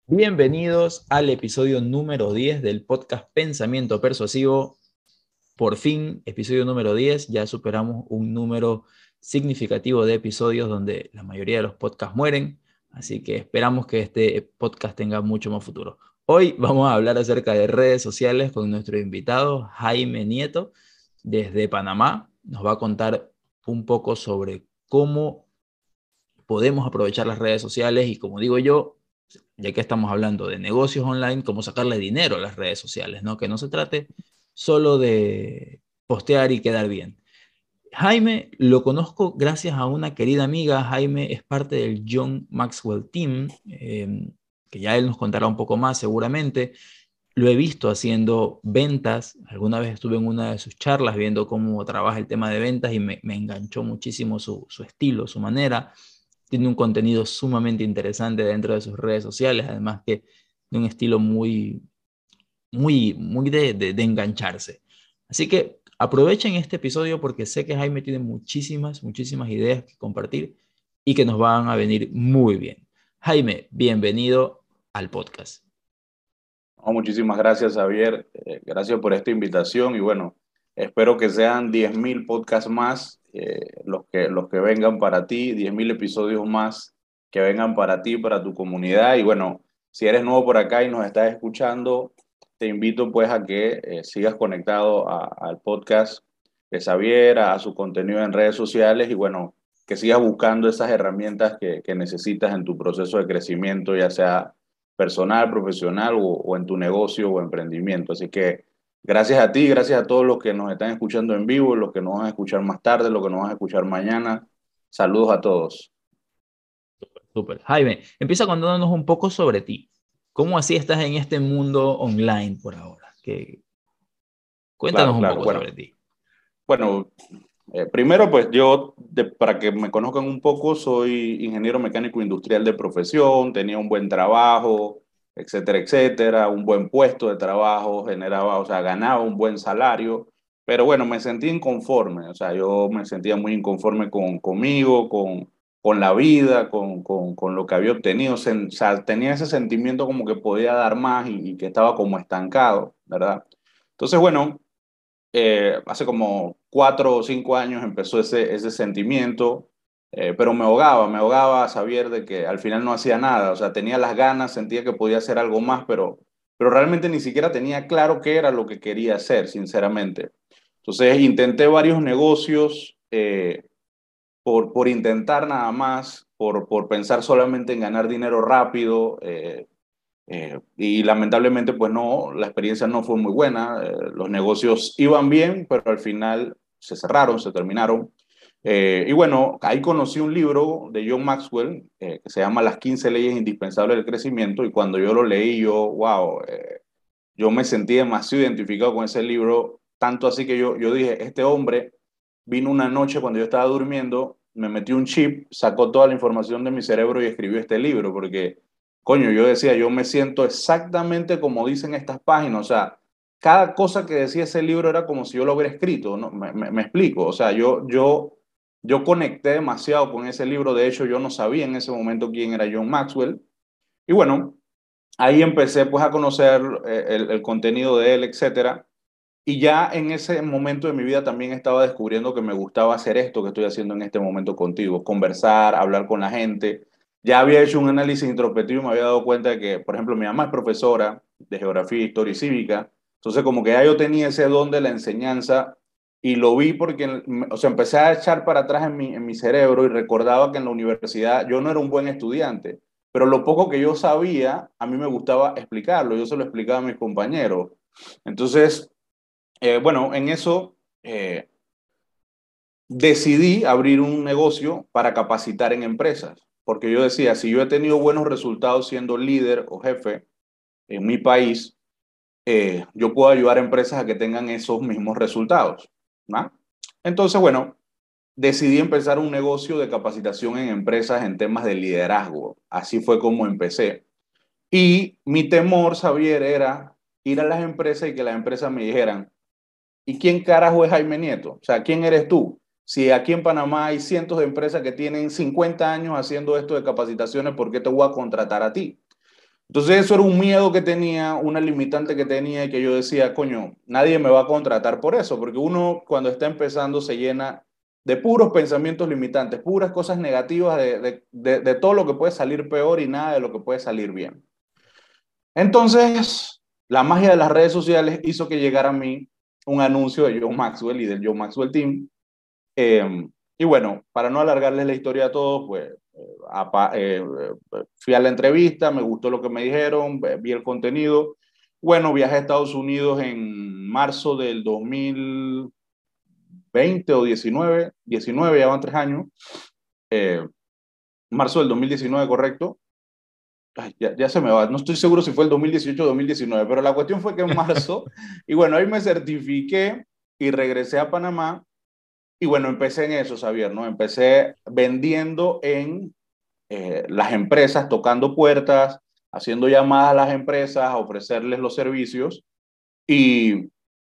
Bienvenidos al episodio número 10 del podcast Pensamiento Persuasivo. Por fin, episodio número 10, ya superamos un número significativo de episodios donde la mayoría de los podcasts mueren, así que esperamos que este podcast tenga mucho más futuro. Hoy vamos a hablar acerca de redes sociales con nuestro invitado Jaime Nieto desde Panamá. Nos va a contar un poco sobre cómo podemos aprovechar las redes sociales y, como digo yo, ya que estamos hablando de negocios online, cómo sacarle dinero a las redes sociales, ¿no? Que no se trate solo de postear y quedar bien. Jaime lo conozco gracias a una querida amiga. Jaime es parte del John Maxwell Team, que ya él nos contará un poco más seguramente. Lo he visto haciendo ventas. Alguna vez estuve en una de sus charlas viendo cómo trabaja el tema de ventas y me enganchó muchísimo su estilo, su manera. Tiene un contenido sumamente interesante dentro de sus redes sociales, además que de un estilo muy de engancharse. Así que aprovechen este episodio porque sé que Jaime tiene muchísimas ideas que compartir y que nos van a venir muy bien. Jaime, bienvenido al podcast. No, muchísimas gracias, Javier. Gracias por esta invitación y bueno, espero que sean 10.000 podcasts más los que vengan para ti, 10.000 episodios más que vengan para ti, para tu comunidad. Y bueno, si eres nuevo por acá y nos estás escuchando, te invito pues a que sigas conectado al podcast de Javier, a su contenido en redes sociales y bueno, que sigas buscando esas herramientas que necesitas en tu proceso de crecimiento, ya sea personal, profesional o en tu negocio o emprendimiento. Así que gracias a ti, gracias a todos los que nos están escuchando en vivo, los que nos van a escuchar más tarde, los que nos van a escuchar mañana. Saludos a todos. Súper. Jaime, empieza contándonos un poco sobre ti. ¿Cómo así estás en este mundo online por ahora? Cuéntanos Claro, un claro. poco Bueno, sobre ti. bueno, primero pues yo, para que me conozcan un poco, soy ingeniero mecánico industrial de profesión, tenía un buen trabajo, etcétera, etcétera, un buen puesto de trabajo, generaba, o sea, ganaba un buen salario, pero bueno, me sentía inconforme, o sea, yo me sentía muy inconforme conmigo, con la vida, con lo que había obtenido, o sea, tenía ese sentimiento como que podía dar más y que estaba como estancado, ¿verdad? Entonces, bueno, hace como 4 o 5 años empezó ese sentimiento, pero me ahogaba a saber de que al final no hacía nada, o sea, tenía las ganas, sentía que podía hacer algo más, pero realmente ni siquiera tenía claro qué era lo que quería hacer, sinceramente. Entonces intenté varios negocios por intentar nada más, por pensar solamente en ganar dinero rápido. Y lamentablemente, pues no, la experiencia no fue muy buena. Los negocios iban bien, pero al final se cerraron, se terminaron. Y bueno, ahí conocí un libro de John Maxwell que se llama Las 15 leyes indispensables del crecimiento. Y cuando yo lo leí, wow, yo me sentí demasiado identificado con ese libro, tanto así que yo dije, este hombre vino una noche cuando yo estaba durmiendo, me metió un chip, sacó toda la información de mi cerebro y escribió este libro, porque, coño, yo decía, yo me siento exactamente como dicen estas páginas, o sea, cada cosa que decía ese libro era como si yo lo hubiera escrito, ¿no? Me explico, o sea, yo conecté demasiado con ese libro, de hecho yo no sabía en ese momento quién era John Maxwell, y bueno, ahí empecé pues a conocer el contenido de él, etcétera. Y ya en ese momento de mi vida también estaba descubriendo que me gustaba hacer esto que estoy haciendo en este momento contigo, conversar, hablar con la gente. Ya había hecho un análisis introspectivo y me había dado cuenta de que, por ejemplo, mi mamá es profesora de geografía, historia y cívica. Entonces, como que ya yo tenía ese don de la enseñanza y lo vi porque, o sea, empecé a echar para atrás en mi cerebro y recordaba que en la universidad yo no era un buen estudiante, pero lo poco que yo sabía, a mí me gustaba explicarlo, yo se lo explicaba a mis compañeros. Entonces, bueno, en eso decidí abrir un negocio para capacitar en empresas, porque yo decía, si yo he tenido buenos resultados siendo líder o jefe en mi país, yo puedo ayudar a empresas a que tengan esos mismos resultados, ¿no? Entonces, bueno, decidí empezar un negocio de capacitación en empresas en temas de liderazgo. Así fue como empecé. Y mi temor, Xavier, era ir a las empresas y que las empresas me dijeran, ¿y quién carajo es Jaime Nieto? O sea, ¿quién eres tú? Si aquí en Panamá hay cientos de empresas que tienen 50 años haciendo esto de capacitaciones, ¿por qué te voy a contratar a ti? Entonces eso era un miedo que tenía, una limitante que tenía y que yo decía, coño, nadie me va a contratar por eso, porque uno cuando está empezando se llena de puros pensamientos limitantes, puras cosas negativas de todo lo que puede salir peor y nada de lo que puede salir bien. Entonces, la magia de las redes sociales hizo que llegara a mí un anuncio de John Maxwell y del John Maxwell Team. Y bueno, para no alargarles la historia a todos, pues fui a la entrevista, me gustó lo que me dijeron, vi el contenido. Bueno, viajé a Estados Unidos en marzo del 2020 o 19, ya van 3 años. Marzo del 2019, correcto. Ay, ya se me va, no estoy seguro si fue el 2018 o 2019, pero la cuestión fue que en marzo, y bueno, ahí me certifiqué y regresé a Panamá. Y bueno, empecé en eso, Xavier, ¿no? Empecé vendiendo en las empresas, tocando puertas, haciendo llamadas a las empresas, a ofrecerles los servicios. Y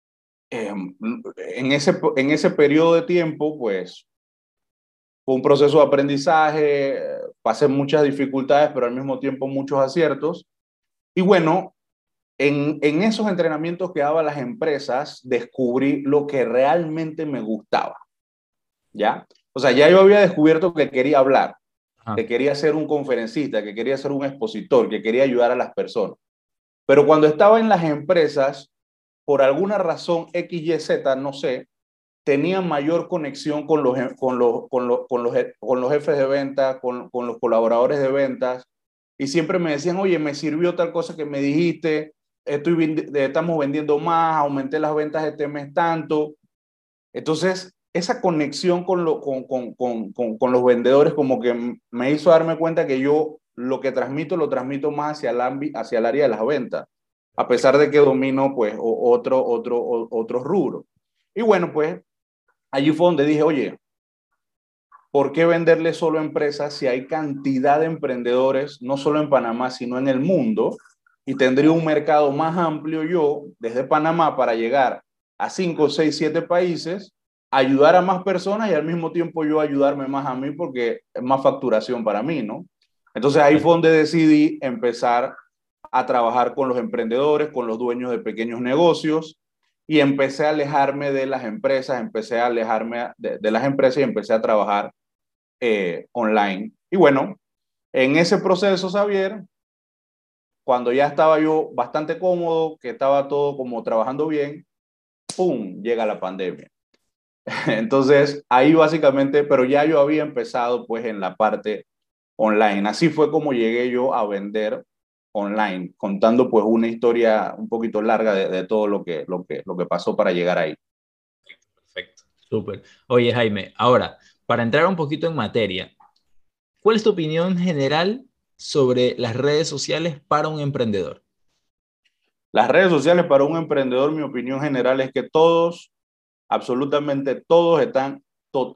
en ese periodo de tiempo, pues, fue un proceso de aprendizaje, pasé muchas dificultades, pero al mismo tiempo muchos aciertos. Y bueno, en esos entrenamientos que daba las empresas, descubrí lo que realmente me gustaba, ¿ya? O sea, ya yo había descubierto que quería hablar, Ajá. que quería ser un conferencista, que quería ser un expositor, que quería ayudar a las personas. Pero cuando estaba en las empresas, por alguna razón X, Y, Z, no sé, tenía mayor conexión con los jefes de ventas, con los colaboradores de ventas, y siempre me decían, oye, me sirvió tal cosa que me dijiste, estamos vendiendo más, aumenté las ventas este mes tanto. Entonces, esa conexión con los vendedores como que me hizo darme cuenta que yo lo que transmito lo transmito más hacia el área de las ventas, a pesar de que domino pues otro rubro. Y bueno, pues allí fue donde dije, oye, ¿por qué venderle solo a empresas si hay cantidad de emprendedores, no solo en Panamá, sino en el mundo? Y tendría un mercado más amplio yo desde Panamá para llegar a 5, 6, 7 países, ayudar a más personas y al mismo tiempo yo ayudarme más a mí porque es más facturación para mí, ¿no? Entonces ahí fue donde decidí empezar a trabajar con los emprendedores, con los dueños de pequeños negocios y empecé a alejarme de las empresas, empecé a alejarme de las empresas y empecé a trabajar online. Y bueno, en ese proceso, Xavier, cuando ya estaba yo bastante cómodo, que estaba todo como trabajando bien, ¡pum!, llega la pandemia. Entonces, ahí básicamente, pero ya yo había empezado pues en la parte online. Así fue como llegué yo a vender online, contando pues una historia un poquito larga de todo lo que pasó para llegar ahí. Perfecto. Súper. Oye, Jaime, ahora, para entrar un poquito en materia, ¿cuál es tu opinión general sobre las redes sociales para un emprendedor? Las redes sociales para un emprendedor, mi opinión general es que todos, absolutamente todos están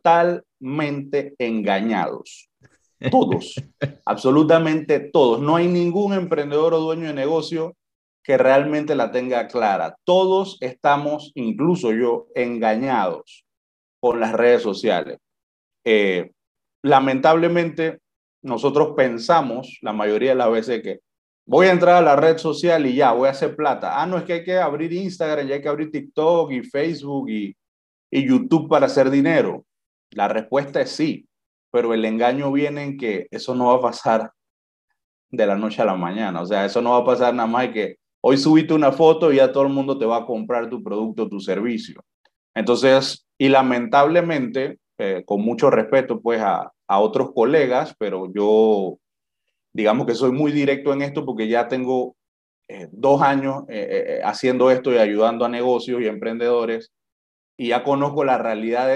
totalmente engañados. Todos, absolutamente todos. No hay ningún emprendedor o dueño de negocio que realmente la tenga clara. Todos estamos, incluso yo, engañados con las redes sociales. Eh, Lamentablemente, nosotros pensamos la mayoría de las veces que voy a entrar a la red social y ya, voy a hacer plata. Ah, no, es que hay que abrir Instagram, ya hay que abrir TikTok y Facebook y YouTube para hacer dinero. La respuesta es sí, pero el engaño viene en que eso no va a pasar de la noche a la mañana. O sea, eso no va a pasar nada más que hoy subiste una foto y ya todo el mundo te va a comprar tu producto, tu servicio. Entonces, y lamentablemente, con mucho respeto pues a otros colegas, pero yo digamos que soy muy directo en esto porque ya tengo 2 años haciendo esto y ayudando a negocios y emprendedores y ya conozco la realidad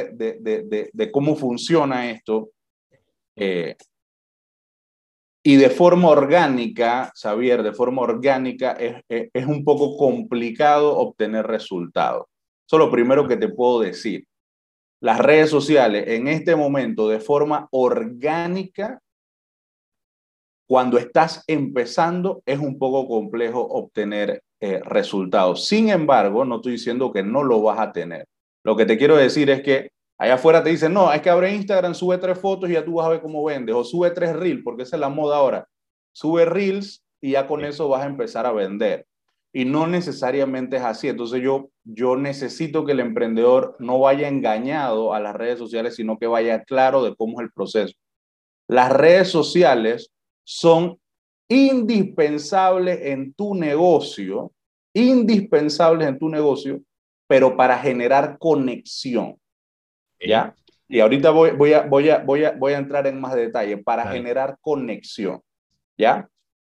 de cómo funciona esto. Eh, y de forma orgánica, Xavier, de forma orgánica es un poco complicado obtener resultados. Eso es lo primero que te puedo decir. Las redes sociales en este momento de forma orgánica, cuando estás empezando, es un poco complejo obtener resultados. Sin embargo, no estoy diciendo que no lo vas a tener. Lo que te quiero decir es que allá afuera te dicen, no, es que abre Instagram, sube 3 fotos y ya tú vas a ver cómo vendes, o sube 3 reels, porque esa es la moda ahora. Sube reels y ya con eso vas a empezar a vender. Y no necesariamente es así. Entonces yo necesito que el emprendedor no vaya engañado a las redes sociales, sino que vaya claro de cómo es el proceso. Las redes sociales son indispensables en tu negocio, indispensables en tu negocio, pero para generar conexión, Ok, ¿ya? Y ahorita voy a entrar en más detalle, para dale. generar conexión, ¿ya?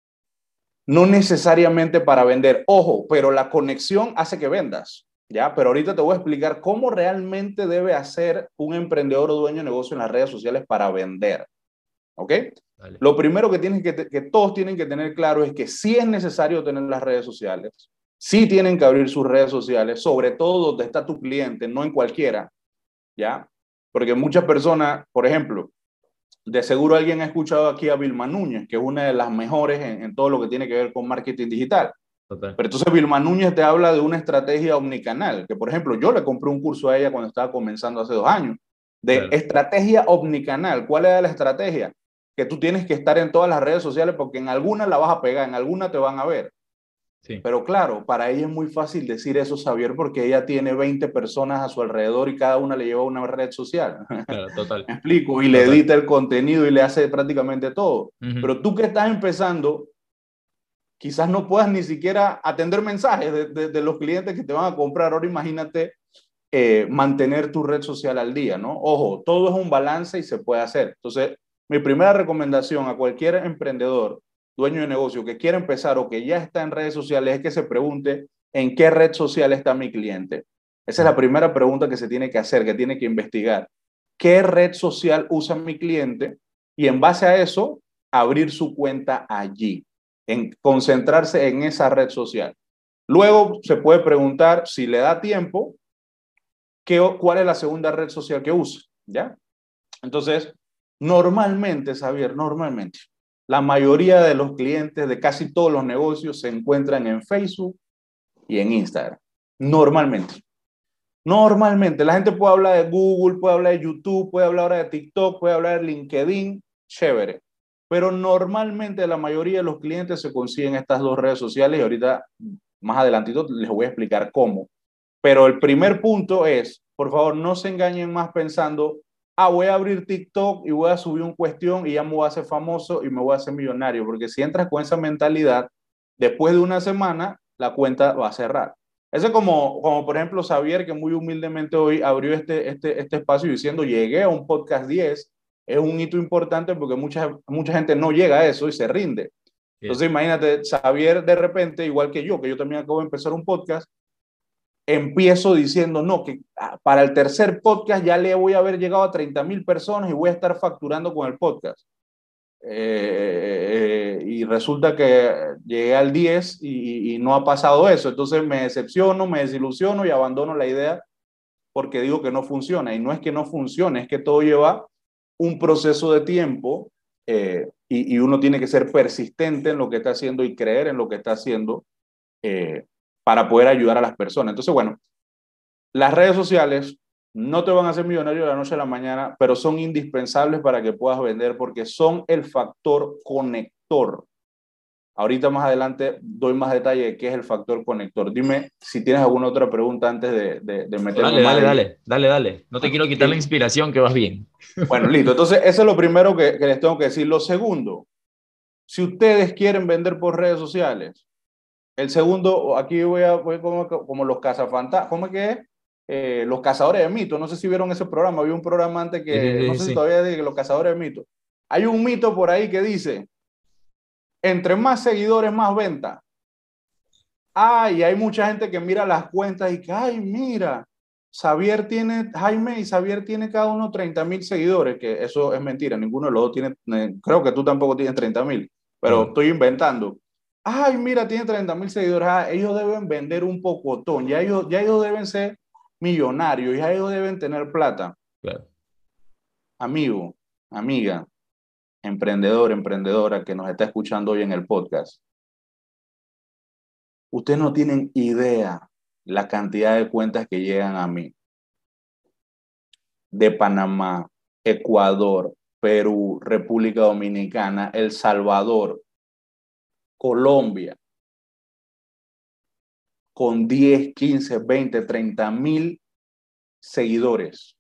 No necesariamente para vender, ojo, pero la conexión hace que vendas, ¿ya? Pero ahorita te voy a explicar cómo realmente debe hacer un emprendedor o dueño de negocio en las redes sociales para vender, ¿ok? Dale. Lo primero que todos tienen que tener claro es que sí es necesario tener las redes sociales, sí tienen que abrir sus redes sociales, sobre todo donde está tu cliente, no en cualquiera, ¿ya? Porque muchas personas, por ejemplo, de seguro alguien ha escuchado aquí a Vilma Núñez, que es una de las mejores en todo lo que tiene que ver con marketing digital. Total. Pero entonces Vilma Núñez te habla de una estrategia omnicanal, que por ejemplo yo le compré un curso a ella cuando estaba comenzando hace 2 años, de Claro. estrategia omnicanal. ¿Cuál era la estrategia? Que tú tienes que estar en todas las redes sociales porque en algunas la vas a pegar, en algunas te van a ver. Sí. Pero claro, para ella es muy fácil decir eso, Xavier, porque ella tiene 20 personas a su alrededor y cada una le lleva una red social. Claro, total. Me explico, y le Total. edita el contenido y le hace prácticamente todo. Ujú. Pero tú que estás empezando, quizás no puedas ni siquiera atender mensajes de los clientes que te van a comprar. Ahora imagínate mantener tu red social al día, ¿no? Ojo, todo es un balance y se puede hacer. Entonces, mi primera recomendación a cualquier emprendedor, dueño de negocio que quiera empezar o que ya está en redes sociales es que se pregunte en qué red social está mi cliente. Esa es la Ujú. primera pregunta que se tiene que hacer, que tiene que investigar. ¿Qué red social usa mi cliente? Y en base a eso, abrir su cuenta allí, en concentrarse en esa red social. Luego se puede preguntar si le da tiempo, ¿cuál es la segunda red social que usa? ¿Ya? Entonces, normalmente, Xavier, normalmente, la mayoría de los clientes de casi todos los negocios se encuentran en Facebook y en Instagram. Normalmente. Normalmente, la gente puede hablar de Google, puede hablar de YouTube, puede hablar ahora de TikTok, puede hablar de LinkedIn, chévere. Pero normalmente la mayoría de los clientes se consiguen estas dos redes sociales y ahorita, más adelantito, les voy a explicar cómo. Pero el primer punto es, por favor, no se engañen más pensando, voy a abrir TikTok y voy a subir un cuestión y ya me voy a hacer famoso y me voy a hacer millonario. Porque si entras con esa mentalidad, después de una semana, la cuenta va a cerrar. Eso es como por ejemplo, Xavier, que muy humildemente hoy abrió este espacio diciendo, llegué a un podcast 10. Es un hito importante porque mucha gente no llega a eso y se rinde. Bien. Entonces, imagínate, Xavier de repente, igual que yo también acabo de empezar un podcast, empiezo diciendo, no, que para el tercer podcast ya le voy a haber llegado a 30,000 personas y voy a estar facturando con el podcast. Y resulta que llegué al 10 y no ha pasado eso. Entonces me decepciono, me desilusiono y abandono la idea porque digo que no funciona. Y no es que no funcione, es que todo lleva un proceso de tiempo y uno tiene que ser persistente en lo que está haciendo y creer en lo que está haciendo eh, para poder ayudar a las personas. Entonces, bueno, las redes sociales no te van a hacer millonario de la noche a la mañana, pero son indispensables para que puedas vender porque son el factor conector. Ahorita más adelante doy más detalle de qué es el factor conector. Dime si tienes alguna otra pregunta antes de meterme Dale, más dale, de lleno. dale, dale, dale. No te quiero quitar la Listo. inspiración, que vas bien. Bueno, listo. Entonces, eso es lo primero que les tengo que decir. Lo segundo, si ustedes quieren vender por redes sociales, el segundo, aquí voy como los cazafantasmas, ¿cómo es que es? Los cazadores de mitos. No sé si vieron ese programa. Había un programa antes Sí, sí, que, no sí, sé si sí. todavía dice los cazadores de mitos. Hay un mito por ahí que dice, entre más seguidores, más venta. Y hay mucha gente que mira las cuentas y que, ay, mira, Jaime y Xavier tiene cada uno 30,000 seguidores, que eso es mentira, ninguno de los dos tiene, creo que tú tampoco tienes 30,000, pero Claro, estoy inventando. Ay, mira, tiene 30,000 seguidores, ellos deben vender un pocotón, ya ellos deben ser millonarios, ya ellos deben tener plata. claro. Amigo, amiga, emprendedor, emprendedora que nos está escuchando hoy en el podcast, ustedes no tienen idea la cantidad de cuentas que llegan a mí de Panamá, Ecuador, Perú, República Dominicana, El Salvador, Colombia, con 10, 15, 20, 30,000 seguidores.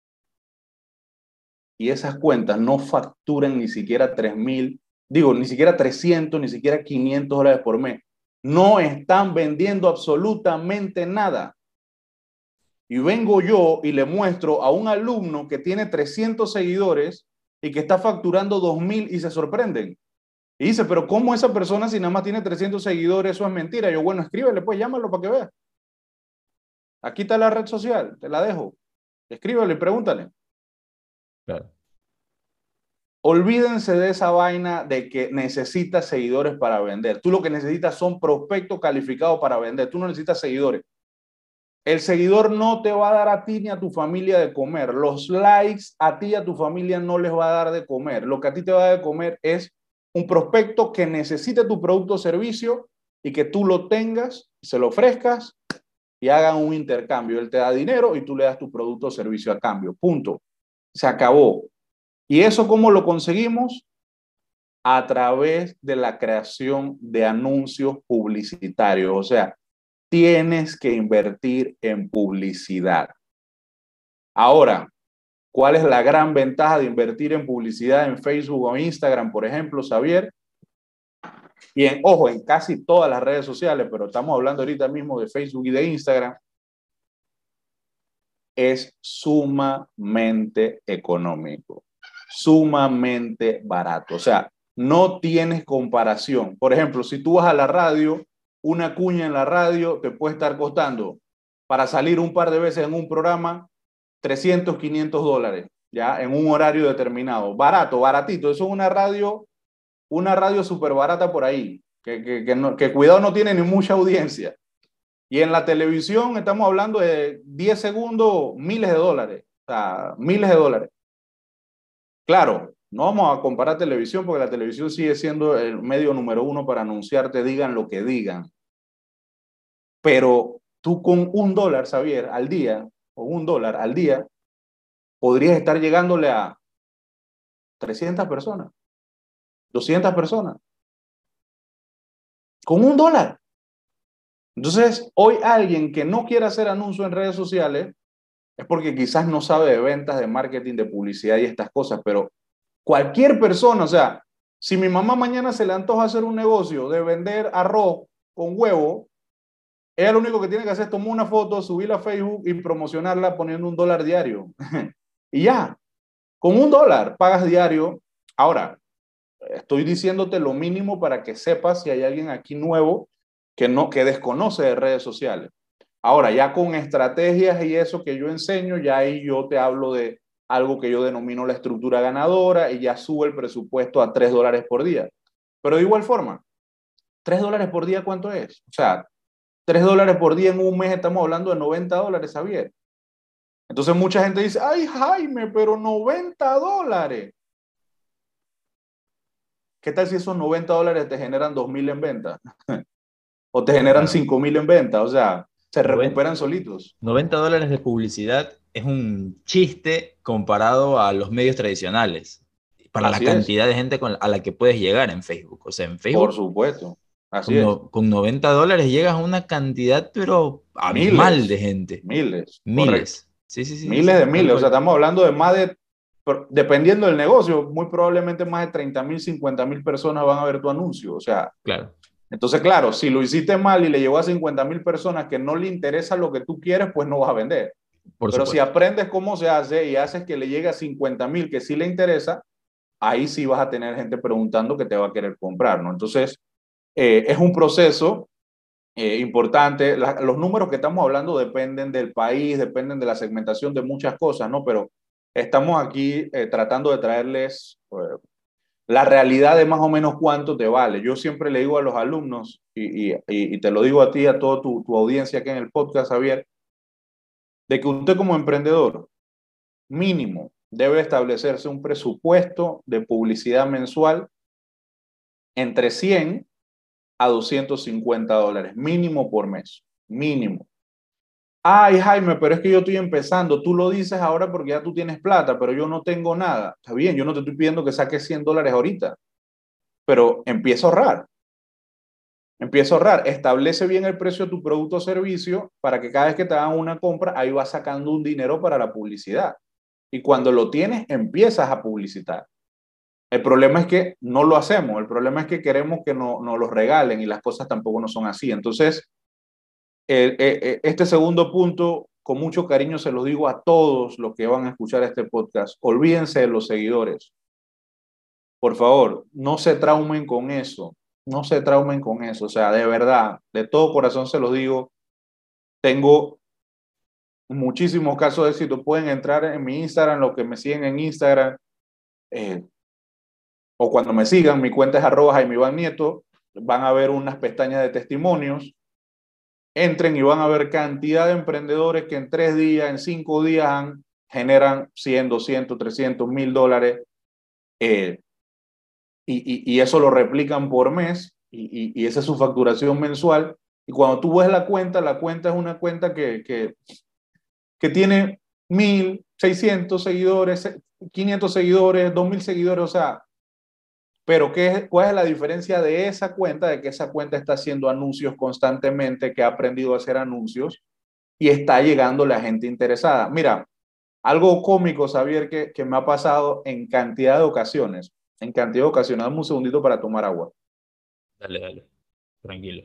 Y esas cuentas no facturan ni siquiera 3,000, digo, ni siquiera 300, ni siquiera $500 por mes. No están vendiendo absolutamente nada. Y vengo yo y le muestro a un alumno que tiene 300 seguidores y que está facturando 2,000 y se sorprenden. Y dice, pero ¿cómo esa persona si nada más tiene 300 seguidores? Eso es mentira. Yo, bueno, escríbele, pues llámalo para que vea. Aquí está la red social, te la dejo. Escríbele y pregúntale. Claro. Olvídense de esa vaina de que necesitas seguidores para vender. Tú lo que necesitas son prospectos calificados para vender. Tú no necesitas seguidores. El seguidor no te va a dar a ti ni a tu familia de comer. Los likes a ti y a tu familia no les va a dar de comer. Lo que a ti te va a dar de comer es un prospecto que necesite tu producto o servicio y que tú lo tengas, se lo ofrezcas y hagan un intercambio. Él te da dinero y tú le das tu producto o servicio a cambio. Punto. Se acabó. ¿Y eso cómo lo conseguimos? A través de la creación de anuncios publicitarios. O sea, tienes que invertir en publicidad. Ahora, ¿cuál es la gran ventaja de invertir en publicidad en Facebook o Instagram, por ejemplo, Xavier? Y ojo, en casi todas las redes sociales, pero estamos hablando ahorita mismo de Facebook y de Instagram. Es sumamente económico, sumamente barato. O sea, no tienes comparación. Por ejemplo, si tú vas a la radio, una cuña en la radio te puede estar costando para salir un par de veces en un programa 300, $500, ya en un horario determinado. Barato, baratito. Eso es una radio súper barata por ahí, que cuidado no tiene ni mucha audiencia. Y en la televisión estamos hablando de 10 segundos, miles de dólares. O sea, miles de dólares. Claro, no vamos a comparar televisión porque la televisión sigue siendo el medio número uno para anunciarte, digan lo que digan. Pero tú con $1, Xavier, al día, o $1 al día, podrías estar llegándole a 300 personas, 200 personas. Con $1. Entonces, hoy alguien que no quiere hacer anuncio en redes sociales es porque quizás no sabe de ventas, de marketing, de publicidad y estas cosas, pero cualquier persona, o sea, si mi mamá mañana se le antoja hacer un negocio de vender arroz con huevo, ella lo único que tiene que hacer es tomar una foto, subirla a Facebook y promocionarla poniendo $1 diario. Y ya, con $1 pagas diario. Ahora, estoy diciéndote lo mínimo para que sepas si hay alguien aquí nuevo que desconoce de redes sociales. Ahora, ya con estrategias y eso que yo enseño, ya ahí yo te hablo de algo que yo denomino la estructura ganadora y ya sube el presupuesto a $3 por día. Pero de igual forma, $3 por día, ¿cuánto es? O sea, $3 por día en un mes estamos hablando de $90, Xavier. Entonces mucha gente dice, ay Jaime, pero $90. ¿Qué tal si esos $90 te generan 2,000 en venta? O te generan Claro. 5,000 en venta, o sea, se Noven- recuperan solitos. $90 de publicidad es un chiste comparado a los medios tradicionales, para la Así es, cantidad de gente a la que puedes llegar en Facebook. O sea, en por Facebook, supuesto, así es. con $90 llegas a una cantidad, pero abismal de Miles, gente. miles, correcto. Miles. Sí, sí, sí, sí, Miles de sí, tal miles, o sea, cual. estamos hablando de más de, dependiendo del negocio, muy probablemente más de 30,000, 50,000 personas van a ver tu anuncio. O sea, Claro, entonces, claro, si lo hiciste mal y le llegó a 50,000 personas que no le interesa lo que tú quieres, pues no vas a vender. por Pero si supuesto. aprendes cómo se hace y haces que le llegue a 50,000 que sí le interesa, ahí sí vas a tener gente preguntando que te va a querer comprar, ¿no? Entonces, es un proceso importante. Los números que estamos hablando dependen del país, dependen de la segmentación de muchas cosas, ¿no? Pero estamos aquí tratando de traerles la realidad de más o menos cuánto te vale. Yo siempre le digo a los alumnos, y te lo digo a ti, a toda tu audiencia aquí en el podcast, Javier, de que usted como emprendedor, mínimo, debe establecerse un presupuesto de publicidad mensual entre 100 a $250, mínimo por mes, mínimo. Ay, Jaime, pero es que yo estoy empezando. Tú lo dices ahora porque ya tú tienes plata, pero yo no tengo nada. Está bien, yo no te estoy pidiendo que saques $100 ahorita, pero empieza a ahorrar. Empieza a ahorrar, establece bien el precio de tu producto o servicio para que cada vez que te hagan una compra, ahí vas sacando un dinero para la publicidad. Y cuando lo tienes, empiezas a publicitar. El problema es que no lo hacemos, el problema es que queremos que nos los regalen y las cosas tampoco no son así. Entonces, este segundo punto, con mucho cariño se lo digo a todos los que van a escuchar este podcast, olvídense de los seguidores. Por favor, no se traumen con eso, no se traumen con eso. O sea, de verdad, de todo corazón se lo digo, tengo muchísimos casos de éxito. Pueden entrar en mi Instagram, los que me siguen en Instagram, eh, o cuando me sigan, mi cuenta es @JaimeIvanNieto, van a ver unas pestañas de testimonios. Entren y van a ver cantidad de emprendedores que en 3 días, en 5 días generan 100, 200, 300, $1000, y eso lo replican por mes, y esa es su facturación mensual. Y cuando tú ves la cuenta es una cuenta que tiene 1600 seguidores, 500 seguidores, 2000 seguidores, o sea, pero ¿cuál es la diferencia de esa cuenta? De que esa cuenta está haciendo anuncios constantemente, que ha aprendido a hacer anuncios y está llegando la gente interesada. Mira, algo cómico, Xavier, que me ha pasado en cantidad de ocasiones. En cantidad de ocasiones. Dame un segundito para tomar agua. Dale, dale, tranquilo.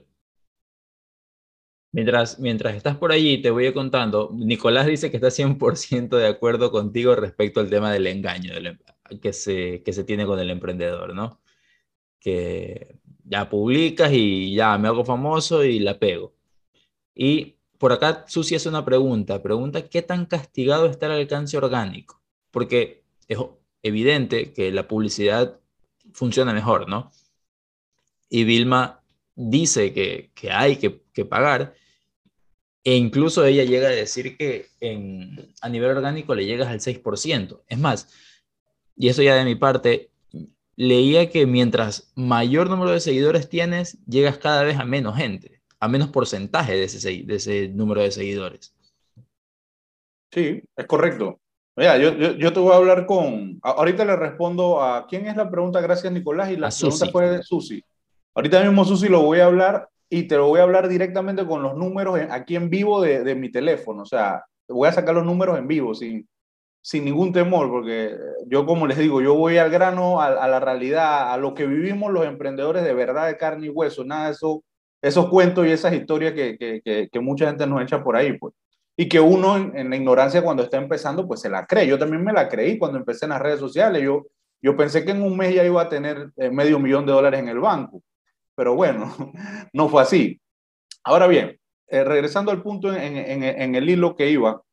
Mientras estás por allí, te voy a ir contando. Nicolás dice que está 100% de acuerdo contigo respecto al tema del engaño que se tiene con el emprendedor, ¿no? Que ya publicas y ya me hago famoso y la pego. Y por acá Susi hace una pregunta, ¿qué tan castigado está el alcance orgánico? Porque es evidente que la publicidad funciona mejor, ¿no? Y Vilma dice que hay que pagar, e incluso ella llega a decir que a nivel orgánico le llegas al 6%. Es más, y eso ya de mi parte, leía que mientras mayor número de seguidores tienes, llegas cada vez a menos gente, a menos porcentaje de ese número de seguidores. Sí, es correcto. Mira, yo te voy a hablar ahorita le respondo a... ¿Quién es la pregunta? Gracias, Nicolás. Y A la pregunta Susi. fue de Susi. Ahorita mismo, Susi, lo voy a hablar y te lo voy a hablar directamente con los números aquí en vivo de mi teléfono. O sea, te voy a sacar los números en vivo sin ningún temor, porque yo, como les digo, yo voy al grano, a la realidad, a lo que vivimos los emprendedores de verdad, de carne y hueso, nada de eso, esos cuentos y esas historias que mucha gente nos echa por ahí, pues. Y que uno en la ignorancia cuando está empezando, pues se la cree. Yo también me la creí cuando empecé en las redes sociales. Yo pensé que en un mes ya iba a tener $500,000 en el banco, pero bueno, no fue así. Ahora bien, regresando al punto en el hilo que iba,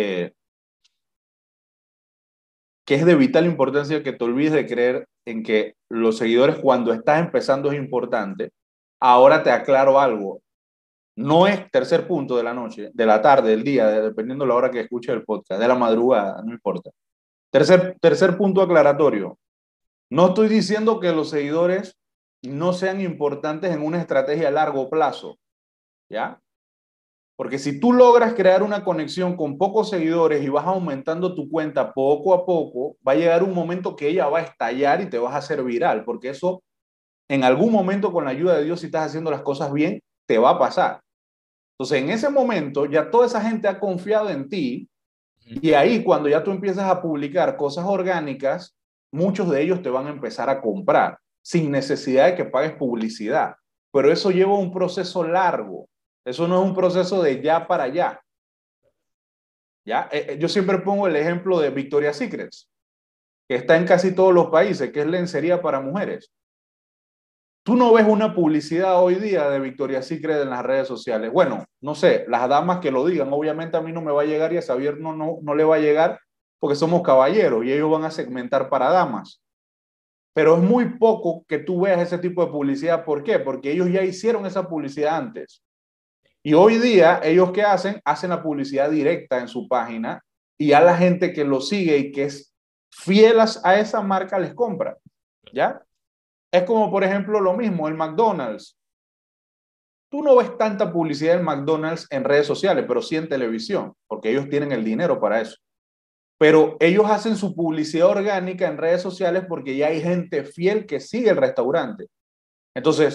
que es de vital importancia que te olvides de creer en que los seguidores cuando estás empezando es importante. Ahora te aclaro algo. No es tercer punto de la noche, de la tarde, del día, dependiendo de la hora que escuches el podcast, de la madrugada, no importa. Tercer punto aclaratorio. No estoy diciendo que los seguidores no sean importantes en una estrategia a largo plazo, ¿ya? Porque si tú logras crear una conexión con pocos seguidores y vas aumentando tu cuenta poco a poco, va a llegar un momento que ella va a estallar y te vas a hacer viral, porque eso en algún momento con la ayuda de Dios, si estás haciendo las cosas bien, te va a pasar. Entonces, en ese momento ya toda esa gente ha confiado en ti, y ahí cuando ya tú empiezas a publicar cosas orgánicas, muchos de ellos te van a empezar a comprar sin necesidad de que pagues publicidad. Pero eso lleva un proceso largo. Eso no es un proceso de ya para allá. ¿Ya? Yo siempre pongo el ejemplo de Victoria's Secrets, que está en casi todos los países, que es lencería para mujeres. Tú no ves una publicidad hoy día de Victoria's Secret en las redes sociales. Bueno, no sé, las damas que lo digan, obviamente a mí no me va a llegar y a Xavier no le va a llegar porque somos caballeros y ellos van a segmentar para damas. Pero es muy poco que tú veas ese tipo de publicidad. ¿Por qué? Porque ellos ya hicieron esa publicidad antes. Y hoy día, ellos ¿qué hacen? Hacen la publicidad directa en su página y a la gente que lo sigue y que es fiel a esa marca les compra. ¿Ya? Es como, por ejemplo, lo mismo, el McDonald's. Tú no ves tanta publicidad del McDonald's en redes sociales, pero sí en televisión, porque ellos tienen el dinero para eso. Pero ellos hacen su publicidad orgánica en redes sociales porque ya hay gente fiel que sigue el restaurante. Entonces,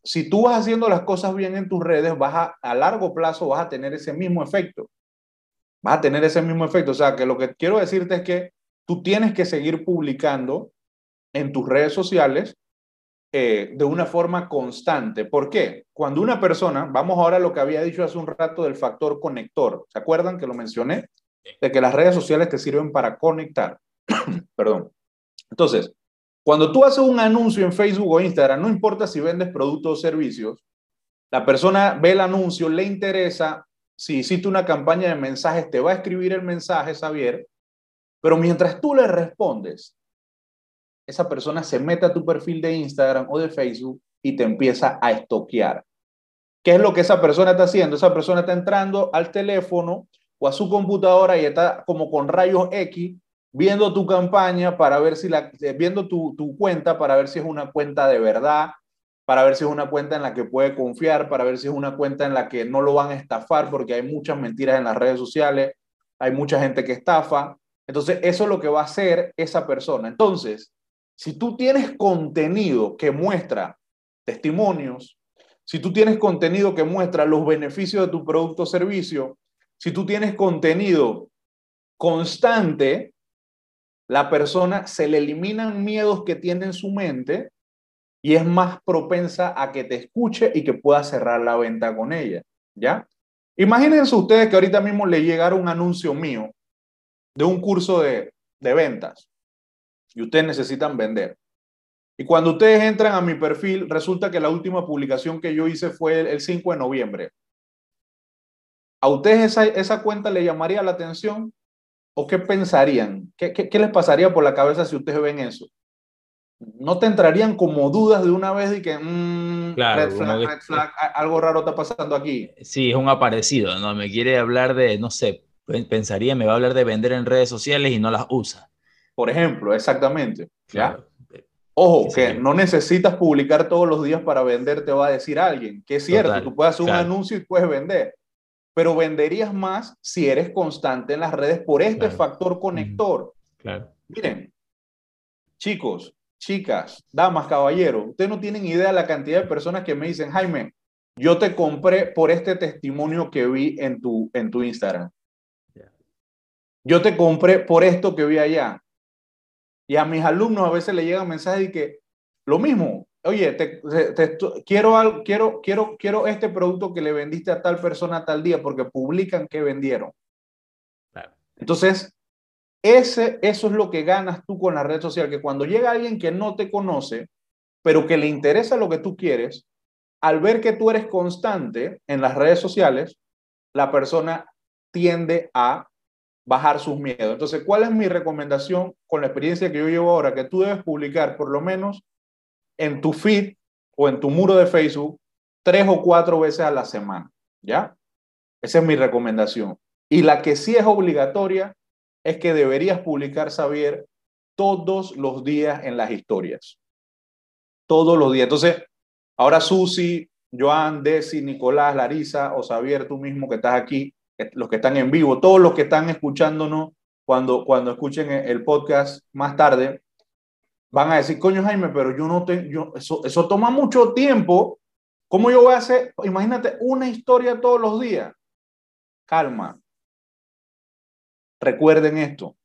si tú vas haciendo las cosas bien en tus redes, a largo plazo vas a tener ese mismo efecto. Vas a tener ese mismo efecto. O sea, que lo que quiero decirte es que tú tienes que seguir publicando en tus redes sociales de una forma constante. ¿Por qué? Cuando una persona, vamos ahora a lo que había dicho hace un rato del factor conector. ¿Se acuerdan que lo mencioné? De que las redes sociales te sirven para conectar. Perdón. Entonces, cuando tú haces un anuncio en Facebook o Instagram, no importa si vendes productos o servicios, la persona ve el anuncio, le interesa, si hiciste una campaña de mensajes, te va a escribir el mensaje, Xavier, pero mientras tú le respondes, esa persona se mete a tu perfil de Instagram o de Facebook y te empieza a estoquear. ¿Qué es lo que esa persona está haciendo? Esa persona está entrando al teléfono o a su computadora y está como con rayos X viendo tu campaña para ver si viendo tu cuenta para ver si es una cuenta de verdad, para ver si es una cuenta en la que puede confiar, para ver si es una cuenta en la que no lo van a estafar, porque hay muchas mentiras en las redes sociales, hay mucha gente que estafa. Entonces, eso es lo que va a hacer esa persona. Entonces, si tú tienes contenido que muestra testimonios, si tú tienes contenido que muestra los beneficios de tu producto o servicio, si tú tienes contenido constante, la persona se le eliminan miedos que tiene en su mente y es más propensa a que te escuche y que pueda cerrar la venta con ella, ¿ya? Imagínense ustedes que ahorita mismo le llegara un anuncio mío de un curso de ventas y ustedes necesitan vender. Y cuando ustedes entran a mi perfil, resulta que la última publicación que yo hice fue el 5 de noviembre. ¿A ustedes esa cuenta le llamaría la atención? ¿O qué pensarían? ¿Qué les pasaría por la cabeza si ustedes ven eso? ¿No te entrarían como dudas de una vez y que Claro, como que red flag, algo raro está pasando aquí? sí, es un aparecido, ¿no? Me quiere hablar de, no sé, pensaría, me va a hablar de vender en redes sociales y no las usa. Por ejemplo, exactamente, ¿ya? Claro, qué Ojo, sé que yo. no necesitas publicar todos los días para vender, te va a decir alguien, que es cierto, tú Total, puedes hacer un claro, anuncio y puedes vender, pero venderías más si eres constante en las redes por este claro. factor Ujú, conector. claro. Miren, chicos, chicas, damas, caballeros, ustedes no tienen idea de la cantidad de personas que me dicen, Jaime, yo te compré por este testimonio que vi en tu Instagram. Ya. Yo te compré por esto que vi allá. Y a mis alumnos a veces le llegan mensajes de que lo mismo, oye, quiero este producto que le vendiste a tal persona tal día porque publican que vendieron. Claro. Entonces, eso es lo que ganas tú con la red social, que cuando llega alguien que no te conoce, pero que le interesa lo que tú quieres, al ver que tú eres constante en las redes sociales, la persona tiende a bajar sus miedos. Entonces, ¿cuál es mi recomendación con la experiencia que yo llevo ahora? Que tú debes publicar por lo menos en tu feed o en tu muro de Facebook 3 o 4 veces a la semana, ¿ya? Esa es mi recomendación. Y la que sí es obligatoria es que deberías publicar, Xavier, todos los días en las historias. Todos los días. Entonces, ahora Susi, Joan, Desi, Nicolás, Larisa o Xavier, tú mismo que estás aquí, los que están en vivo, todos los que están escuchándonos cuando escuchen el podcast más tarde, van a decir, coño Jaime, pero yo no tengo, eso toma mucho tiempo. ¿Cómo yo voy a hacer? Imagínate una historia todos los días. Calma. Recuerden esto.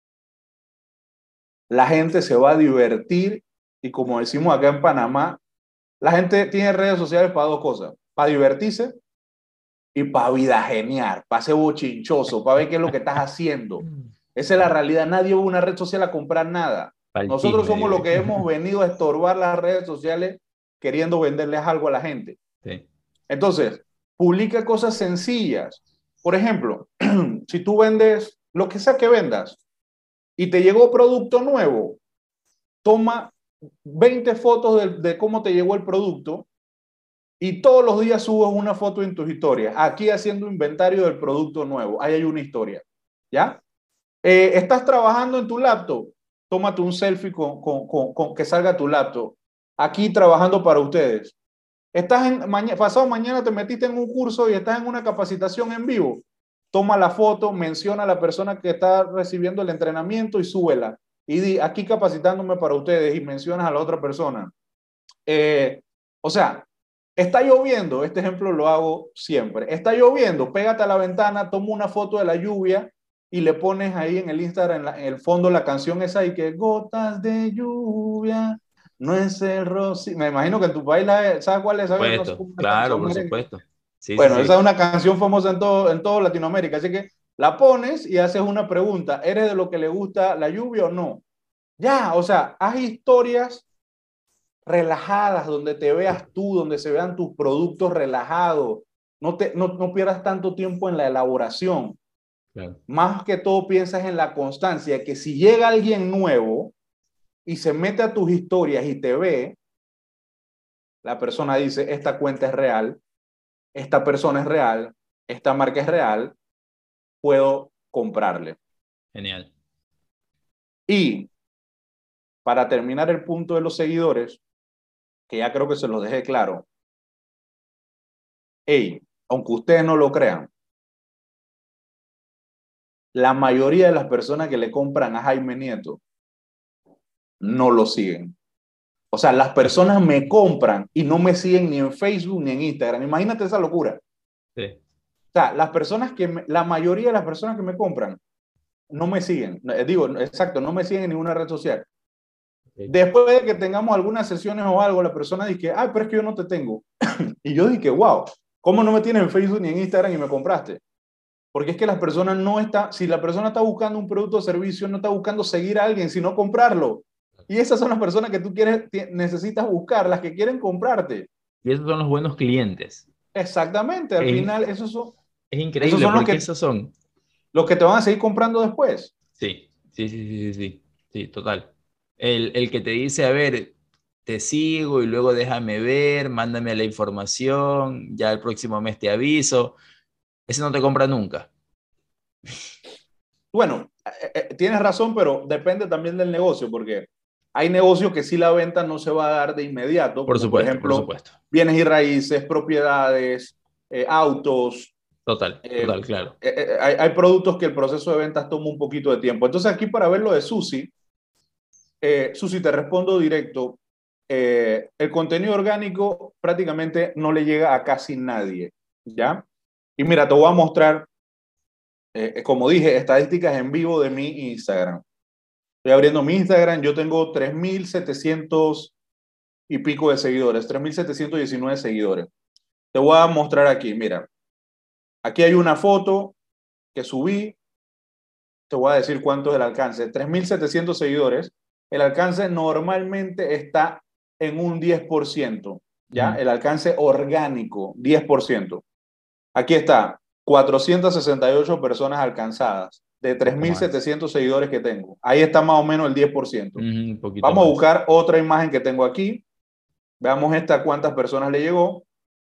La gente se va a divertir y como decimos acá en Panamá, la gente tiene redes sociales para dos cosas, para divertirse y para vida genial, para ser bochinchoso, para ver qué es lo que estás haciendo. Esa es la realidad. Nadie va a una red social a comprar nada. Para el Nosotros chisme, somos los dice. que hemos venido a estorbar las redes sociales queriendo venderles algo a la gente. Sí, Entonces, publica cosas sencillas. Por ejemplo, si tú vendes lo que sea que vendas y te llegó producto nuevo, toma 20 fotos de cómo te llegó el producto y todos los días subes una foto en tus historias. Aquí haciendo inventario del producto nuevo. Ahí hay una historia. ¿Ya? Estás trabajando en tu laptop. Tómate un selfie con que salga tu laptop. Aquí trabajando para ustedes. Pasado mañana te metiste en un curso y estás en una capacitación en vivo. Toma la foto, menciona a la persona que está recibiendo el entrenamiento y súbela. Y di, aquí capacitándome para ustedes y mencionas a la otra persona. O sea, Está lloviendo, este ejemplo lo hago siempre. Está lloviendo, pégate a la ventana, toma una foto de la lluvia y le pones ahí en el Instagram, en el fondo, la canción esa y que gotas de lluvia, no es el rocío. Me imagino que en tu país, ¿sabes cuál es? ¿Sabes? No sé Supuesto, cómo es esa claro, canción por merengue. supuesto. Sí, sí, Bueno, esa es sí. una canción famosa en todo Latinoamérica, así que la pones y haces una pregunta, ¿eres de lo que le gusta la lluvia o no? Ya, o sea, haz historias relajadas, donde te veas tú, donde se vean tus productos relajados. No pierdas tanto tiempo en la elaboración. Claro. Más que todo piensas en la constancia, que si llega alguien nuevo y se mete a tus historias y te ve, la persona dice, esta cuenta es real, esta persona es real, esta marca es real, puedo comprarle. Genial. Y para terminar el punto de los seguidores, que ya creo que se los dejé claro, hey, aunque ustedes no lo crean, la mayoría de las personas que le compran a Jaime Nieto no lo siguen. O sea, las personas me compran y no me siguen ni en Facebook ni en Instagram. Imagínate esa locura. Sí. O sea, la mayoría de las personas que me compran no me siguen. Digo, exacto, no me siguen en ninguna red social. Sí. Después de que tengamos algunas sesiones o algo, la persona dice, ay, pero es que yo no te tengo. Y yo dije, wow, ¿cómo no me tienes en Facebook ni en Instagram y me compraste? Porque es que las personas no están, si la persona está buscando un producto o servicio, no está buscando seguir a alguien, sino comprarlo. Y esas son las personas que tú necesitas buscar, las que quieren comprarte. Y esos son los buenos clientes. Exactamente, al Es, final es esos increíble son porque esos son. los que te van a seguir comprando después. Sí, sí, sí, sí, sí, sí, sí, total. El que te dice, a ver, te sigo y luego déjame ver, mándame la información, ya el próximo mes te aviso. Ese no te compra nunca. Bueno, tienes razón, pero depende también del negocio, porque hay negocios que sí la venta no se va a dar de inmediato, Por como por supuesto, por ejemplo supuesto. bienes y raíces, propiedades, autos. Total, eh, total, claro. hay productos que el proceso de ventas toma un poquito de tiempo. Entonces aquí para ver lo de Susi, Susi, te respondo directo. El contenido orgánico prácticamente no le llega a casi nadie, ¿ya? Y mira, te voy a mostrar, como dije, estadísticas en vivo de mi Instagram. Estoy abriendo mi Instagram, yo tengo 3.700 y pico de seguidores, 3.719 seguidores. Te voy a mostrar aquí, mira, aquí hay una foto que subí, te voy a decir cuánto es el alcance, 3.700 seguidores. El alcance normalmente está en un 10%, ¿ya? Ujú. El alcance orgánico, 10%. Aquí está, 468 personas alcanzadas de Un poco más. 3.700 seguidores que tengo. Ahí está más o menos el 10%. Ujú, un poquito Vamos a más. buscar otra imagen que tengo aquí. Veamos esta, cuántas personas le llegó.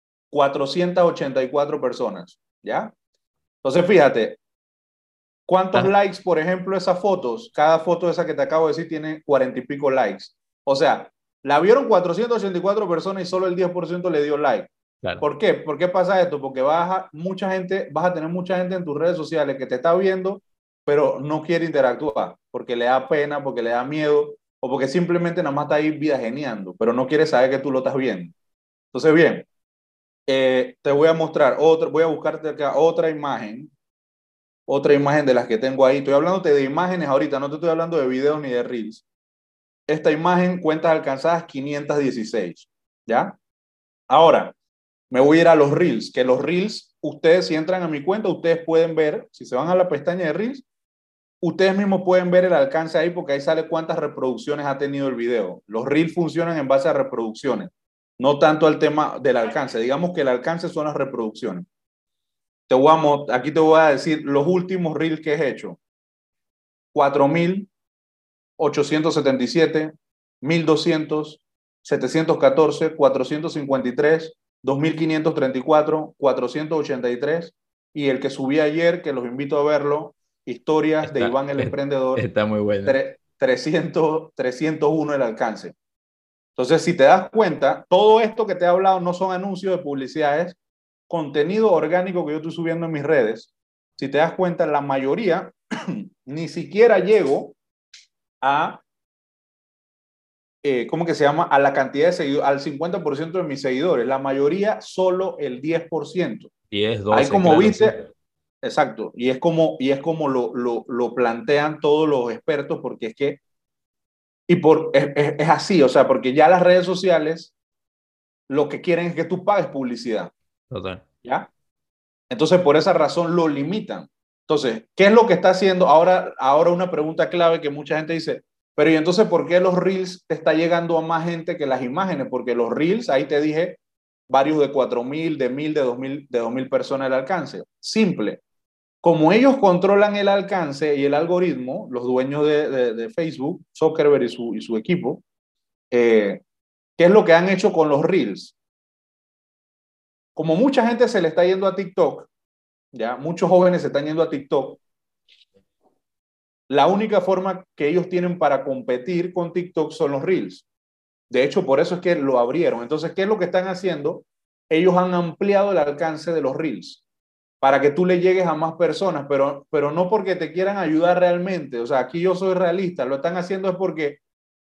484 personas, ¿ya? Entonces, fíjate, ¿cuántos Ah, likes, por ejemplo, esas fotos? Cada foto esa que te acabo de decir tiene 40 y pico likes. O sea, la vieron 484 personas y solo el 10% le dio like. claro. ¿Por qué? ¿Por qué pasa esto? Porque vas a tener mucha gente en tus redes sociales que te está viendo, pero no quiere interactuar, porque le da pena, porque le da miedo, o porque simplemente nada más está ahí vida geniando, pero no quiere saber que tú lo estás viendo. Entonces, bien, te voy a mostrar otra, voy a buscarte acá otra imagen de las que tengo ahí. Estoy hablando de imágenes ahorita, no te estoy hablando de videos ni de reels. Esta imagen, cuentas alcanzadas 516, ¿ya? Ahora, me voy a ir a los reels, que los reels, ustedes si entran a mi cuenta, ustedes pueden ver, si se van a la pestaña de reels, ustedes mismos pueden ver el alcance ahí porque ahí sale cuántas reproducciones ha tenido el video. Los reels funcionan en base a reproducciones, no tanto al tema del alcance. Digamos que el alcance son las reproducciones. Aquí te voy a decir los últimos reels que he hecho. 4.877, 1.200, 714, 453, 2.534, 483 y el que subí ayer, que los invito a verlo, Historias de Está, Iván el Emprendedor, está muy bueno. 301 el alcance. Entonces, si te das cuenta, todo esto que te he hablado no son anuncios de publicidades, contenido orgánico que yo estoy subiendo en mis redes. Si te das cuenta, la mayoría ni siquiera llego a ¿cómo que se llama? A la cantidad de seguidores, al 50% de mis seguidores. La mayoría solo el 10%. 10, Ahí 12, como claro, sí. viste, exacto, y es como lo plantean todos los expertos, porque es que, es así, o sea, porque ya las redes sociales lo que quieren es que tú pagues publicidad, Total. ¿ya? Entonces, por esa razón lo limitan. Entonces, ¿qué es lo que está haciendo? Ahora una pregunta clave que mucha gente dice, pero ¿y entonces por qué los Reels te está llegando a más gente que las imágenes? Porque los Reels, ahí te dije, varios de 4.000, de 1.000, de 2.000 personas el alcance. Simple. Como ellos controlan el alcance y el algoritmo, los dueños de Facebook, Zuckerberg y su equipo, ¿qué es lo que han hecho con los Reels? Como mucha gente se le está yendo a TikTok, ya muchos jóvenes se están yendo a TikTok, la única forma que ellos tienen para competir con TikTok son los Reels. De hecho, por eso es que lo abrieron. Entonces, ¿qué es lo que están haciendo? Ellos han ampliado el alcance de los Reels para que tú le llegues a más personas, pero no porque te quieran ayudar realmente. O sea, aquí yo soy realista, lo están haciendo es porque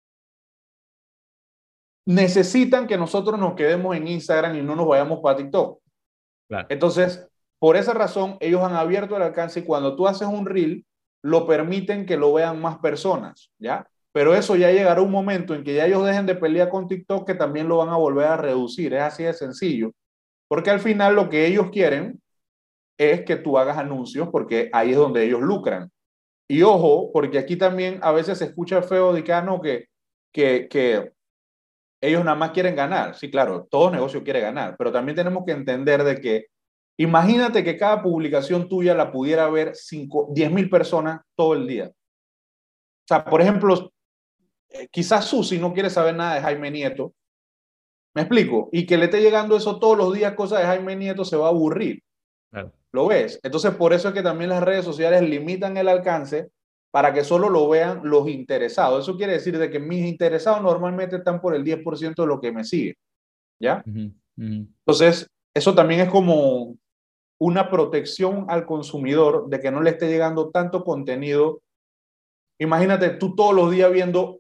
necesitan que nosotros nos quedemos en Instagram y no nos vayamos para TikTok. Claro. Entonces, por esa razón, ellos han abierto el alcance y cuando tú haces un reel, lo permiten que lo vean más personas, ¿ya? Pero eso ya llegará un momento en que ya ellos dejen de pelear con TikTok, que también lo van a volver a reducir. Es así de sencillo. Porque al final lo que ellos quieren es que tú hagas anuncios, porque ahí es donde ellos lucran. Y ojo, porque aquí también a veces se escucha feo de que, ah, no, que ellos nada más quieren ganar. Sí, claro, todo negocio quiere ganar, pero también tenemos que entender de que imagínate que cada publicación tuya la pudiera ver 10.000 personas todo el día. O sea, por ejemplo, quizás Susi no quiere saber nada de Jaime Nieto, ¿me explico? Y que le esté llegando eso todos los días, cosas de Jaime Nieto, se va a aburrir. Claro. ¿Lo ves? Entonces, por eso es que también las redes sociales limitan el alcance para que solo lo vean los interesados. Eso quiere decir de que mis interesados normalmente están por el 10% de lo que me sigue, ¿ya? Ujú, ujú. Entonces, eso también es como una protección al consumidor de que no le esté llegando tanto contenido. Imagínate tú todos los días viendo,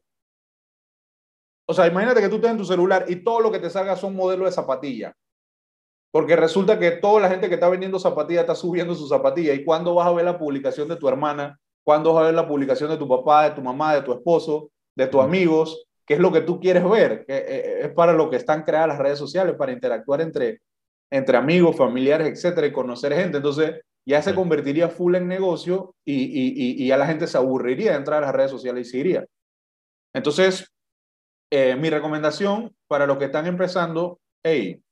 o sea, imagínate que tú estés en tu celular y todo lo que te salga son modelos de zapatillas, porque resulta que toda la gente que está vendiendo zapatillas está subiendo sus zapatillas. ¿Y cuándo vas a ver la publicación de tu hermana? ¿Cuándo vas a ver la publicación de tu papá, de tu mamá, de tu esposo, de tus Ujú. amigos? ¿Qué es lo que tú quieres ver? Es para lo que están creadas las redes sociales, para interactuar entre amigos, familiares, etcétera, y conocer gente. Entonces, ya se Total. convertiría full en negocio y ya la gente se aburriría de entrar a las redes sociales y se iría. Entonces, mi recomendación para los que están empezando, hey,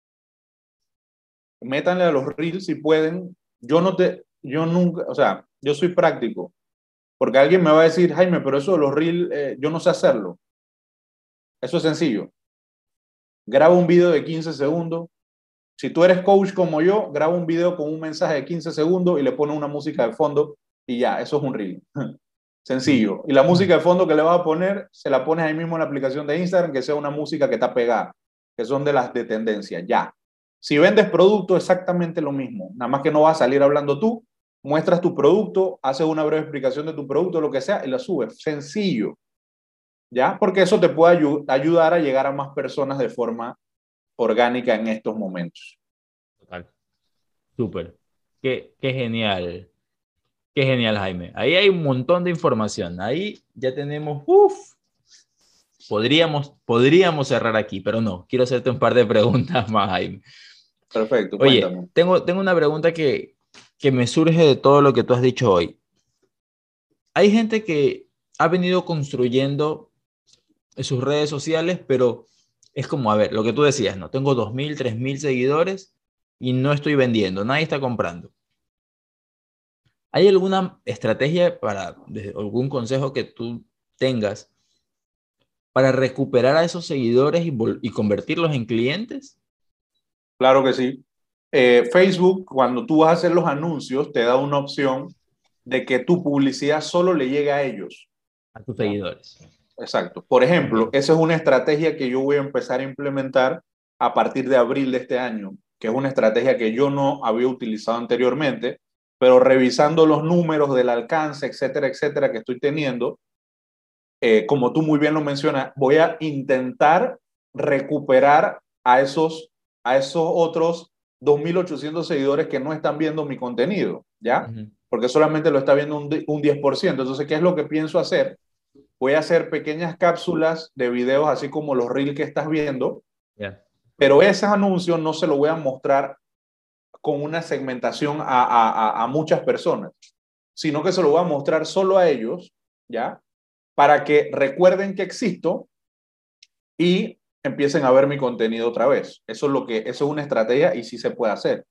métanle a los reels si pueden. Yo nunca, o sea, yo soy práctico, porque alguien me va a decir, Jaime, pero eso de los reels, yo no sé hacerlo. Eso es sencillo. Graba un video de 15 segundos. Si tú eres coach como yo, graba un video con un mensaje de 15 segundos y le pones una música de fondo y ya, eso es un reel. Ujú. Sencillo. Y la música de fondo que le vas a poner, se la pones ahí mismo en la aplicación de Instagram, que sea una música que está pegada, que son de las de tendencia, ya. Si vendes producto, exactamente lo mismo. Nada más que no vas a salir hablando tú, muestras tu producto, haces una breve explicación de tu producto, lo que sea, y la subes. Sencillo, ¿ya? Porque eso te puede ayudar a llegar a más personas de forma orgánica en estos momentos. Total. Súper. Qué genial. Qué genial, Jaime. Ahí hay un montón de información. Ahí ya tenemos, podríamos cerrar aquí, pero no. Quiero hacerte un par de preguntas más, Jaime. Perfecto, Oye, cuéntame. tengo una pregunta que me surge de todo lo que tú has dicho hoy. Hay gente que ha venido construyendo sus redes sociales, pero es como, a ver, lo que tú decías, ¿no? Tengo 2.000, 3.000 seguidores y no estoy vendiendo, nadie está comprando. ¿Hay alguna estrategia algún consejo que tú tengas para recuperar a esos seguidores y convertirlos en clientes? Claro que sí. Facebook, cuando tú vas a hacer los anuncios, te da una opción de que tu publicidad solo le llegue a ellos. A tus ¿Ya? seguidores. Exacto. Por ejemplo, Ok. esa es una estrategia que yo voy a empezar a implementar a partir de abril de este año, que es una estrategia que yo no había utilizado anteriormente, pero revisando los números del alcance, etcétera, etcétera, que estoy teniendo, como tú muy bien lo mencionas, voy a intentar recuperar a esos otros 2.800 seguidores que no están viendo mi contenido, ¿ya? Ujú. Porque solamente lo está viendo un 10%. Entonces, ¿qué es lo que pienso hacer? Voy a hacer pequeñas cápsulas de videos, así como los reels que estás viendo, Ya. pero esos anuncios no se los voy a mostrar con una segmentación a muchas personas, sino que se lo voy a mostrar solo a ellos, ¿ya? Para que recuerden que existo y empiecen a ver mi contenido otra vez. Eso es una estrategia y sí se puede hacer.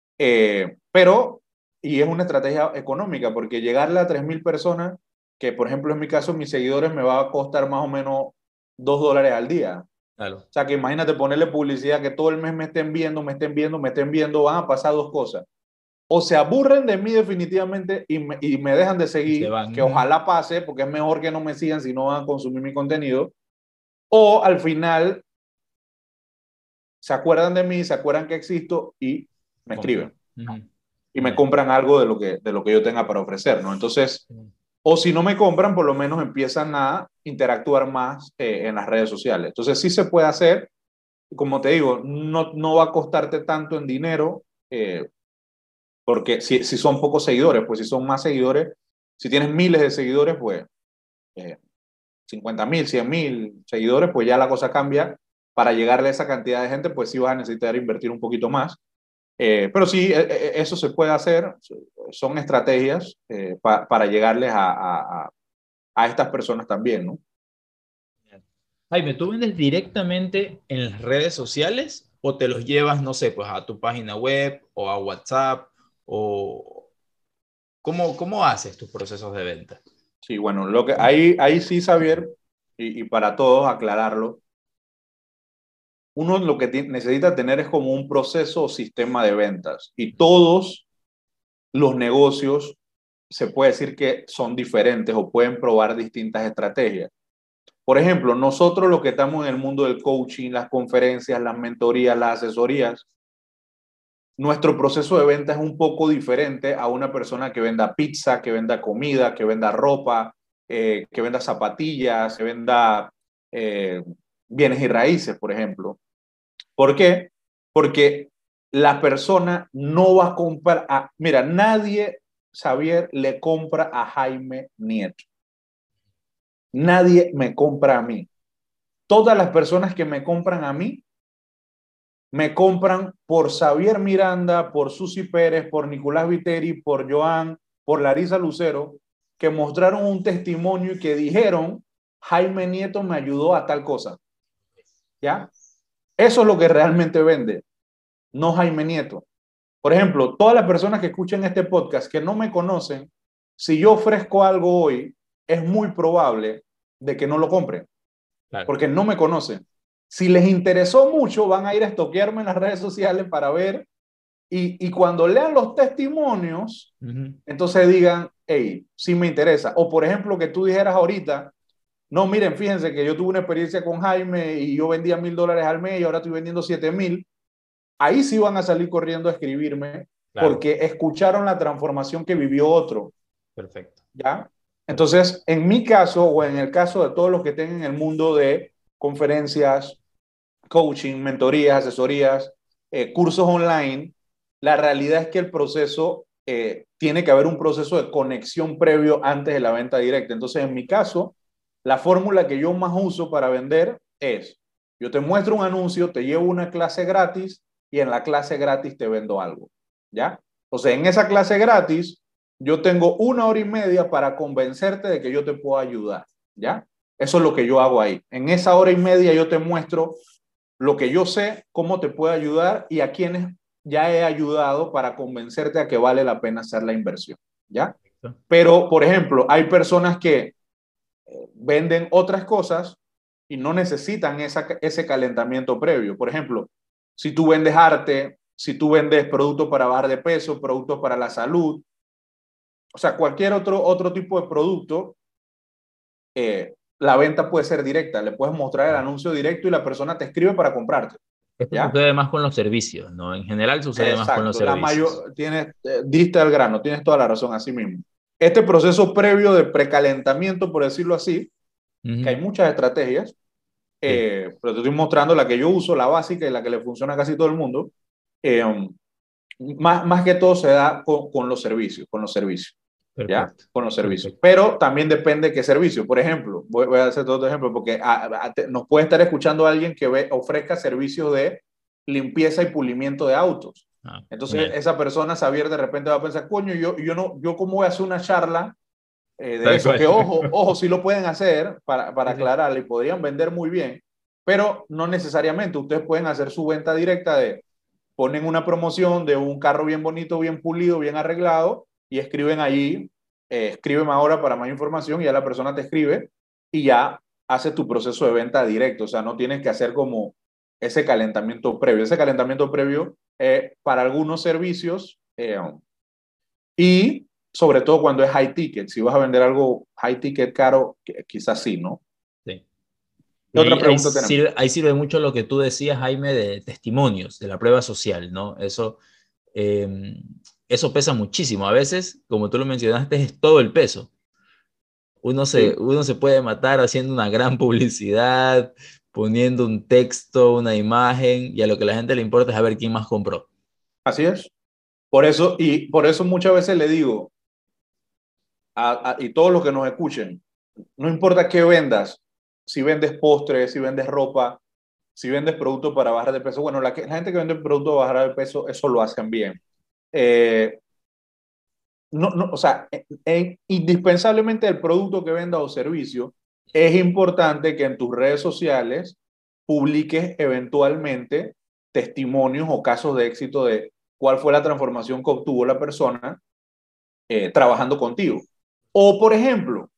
Pero, y es una estrategia económica, porque llegarle a 3.000 personas, que por ejemplo en mi caso, mis seguidores me va a costar más o menos $2 al día. Claro. O sea, que imagínate ponerle publicidad, que todo el mes me estén viendo, me estén viendo, me estén viendo, van a pasar dos cosas. O se aburren de mí definitivamente y me dejan de Y se seguir, van. que Ujú. ojalá pase, porque es mejor que no me sigan si no van a consumir mi contenido. O al final se acuerdan de mí, se acuerdan que existo y me Compran. escriben Ujú. y me Ya. compran algo de lo que yo tenga para ofrecer, ¿no? Entonces, Ujú. o si no me compran, por lo menos empiezan a interactuar más en las redes sociales. Entonces, sí se puede hacer. Como te digo, no va a costarte tanto en dinero, porque si son pocos seguidores, pues si son más seguidores, si tienes miles de seguidores, pues eh, 50.000, 100.000 seguidores, pues ya la cosa cambia. Para llegarle a esa cantidad de gente, pues sí vas a necesitar invertir un poquito más. Pero sí, eso se puede hacer. Son estrategias para llegarles a estas personas también, ¿no? Jaime, ¿tú vendes directamente en las redes sociales o te los llevas, no sé, pues a tu página web o a WhatsApp? ¿O cómo haces tus procesos de venta? Sí, bueno, ahí sí, Xavier, y para todos aclararlo, uno lo que necesita tener es como un proceso o sistema de ventas. Y todos los negocios se puede decir que son diferentes o pueden probar distintas estrategias. Por ejemplo, nosotros los que estamos en el mundo del coaching, las conferencias, las mentorías, las asesorías, nuestro proceso de venta es un poco diferente a una persona que venda pizza, que venda comida, que venda ropa, que venda zapatillas, que venda eh, bienes y raíces, por ejemplo. ¿Por qué? Porque la persona no va a comprar mira, nadie, Xavier, le compra a Jaime Nieto. Nadie me compra a mí. Todas las personas que me compran a mí, me compran por Xavier Miranda, por Susi Pérez, por Nicolás Viteri, por Joan, por Larisa Lucero, que mostraron un testimonio y que dijeron, Jaime Nieto me ayudó a tal cosa. ¿Ya? Eso es lo que realmente vende, no Jaime Nieto. Por ejemplo, todas las personas que escuchen este podcast que no me conocen, si yo ofrezco algo hoy, es muy probable de que no lo compren, Claro. porque no me conocen. Si les interesó mucho, van a ir a estoquearme en las redes sociales para ver y cuando lean los testimonios, Ujú. entonces digan, hey, sí me interesa. O por ejemplo, que tú dijeras ahorita, no, miren, fíjense que yo tuve una experiencia con Jaime y yo vendía $1.000 al mes y ahora estoy vendiendo 7.000. Ahí sí van a salir corriendo a escribirme Claro. porque escucharon la transformación que vivió otro, Perfecto. ¿ya? Perfecto. Entonces, en mi caso o en el caso de todos los que estén en el mundo de conferencias, coaching, mentorías, asesorías, cursos online, la realidad es que el proceso, tiene que haber un proceso de conexión previo antes de la venta directa. Entonces, en mi caso, la fórmula que yo más uso para vender es, yo te muestro un anuncio, te llevo una clase gratis y en la clase gratis te vendo algo, ¿ya? O sea, en esa clase gratis, yo tengo 1 hora y media para convencerte de que yo te puedo ayudar, ¿ya? Eso es lo que yo hago ahí. En esa hora y media yo te muestro lo que yo sé, cómo te puede ayudar y a quienes ya he ayudado para convencerte a que vale la pena hacer la inversión, ¿ya? Perfecto. Pero, por ejemplo, hay personas que venden otras cosas y no necesitan ese calentamiento previo. Por ejemplo, si tú vendes arte, si tú vendes productos para bajar de peso, productos para la salud, o sea, cualquier otro tipo de producto, la venta puede ser directa. Le puedes mostrar el anuncio directo y la persona te escribe para comprarte, Esto ¿ya? sucede más con los servicios, ¿no? En general sucede más con los Exacto, servicios. diste al grano, tienes toda la razón, así mismo. Este proceso previo de precalentamiento, por decirlo así, que hay Ujú. muchas estrategias, Sí, pero te estoy mostrando la que yo uso, la básica y la que le funciona a casi todo el mundo. Eh, más que todo se da con los servicios, ¿ya? perfecto, Con los servicios. perfecto. Pero también depende de qué servicio. Por ejemplo, voy a hacer otro ejemplo, porque nos puede estar escuchando alguien que ofrezca servicios de limpieza y pulimiento de autos. Ah, Entonces, genial. esa persona, Xavier, de repente va a pensar, coño, yo cómo voy a hacer una charla de Tal eso, cual. que ojo, sí lo pueden hacer para Sí, sí. aclararle y podrían vender muy bien, pero no necesariamente. Ustedes pueden hacer su venta directa de ponen una promoción de un carro bien bonito, bien pulido, bien arreglado y escriben allí, escríbeme ahora para más información y ya la persona te escribe y ya hace tu proceso de venta directo. O sea, no tienes que hacer como ese calentamiento previo. Ese calentamiento previo para algunos servicios y sobre todo cuando es high ticket. Si vas a vender algo high ticket caro, quizás sí, ¿no? Sí. ¿Qué Y otra ahí pregunta tenemos? sirve, ahí sirve mucho lo que tú decías, Jaime, de testimonios, de la prueba social, ¿no? Eh, eso pesa muchísimo. A veces, como tú lo mencionaste, es todo el peso. Sí, Uno se puede matar haciendo una gran publicidad, poniendo un texto, una imagen, y a lo que a la gente le importa es a ver quién más compró. así es. Por eso muchas veces le digo, y todos los que nos escuchen, no importa qué vendas, si vendes postres, si vendes ropa, si vendes productos para bajar de peso, bueno, la gente que vende productos para bajar de peso, eso lo hacen bien. Eh, no, o sea, indispensablemente el producto que venda o servicio, es importante que en tus redes sociales publiques eventualmente testimonios o casos de éxito de cuál fue la transformación que obtuvo la persona trabajando contigo. O, por ejemplo,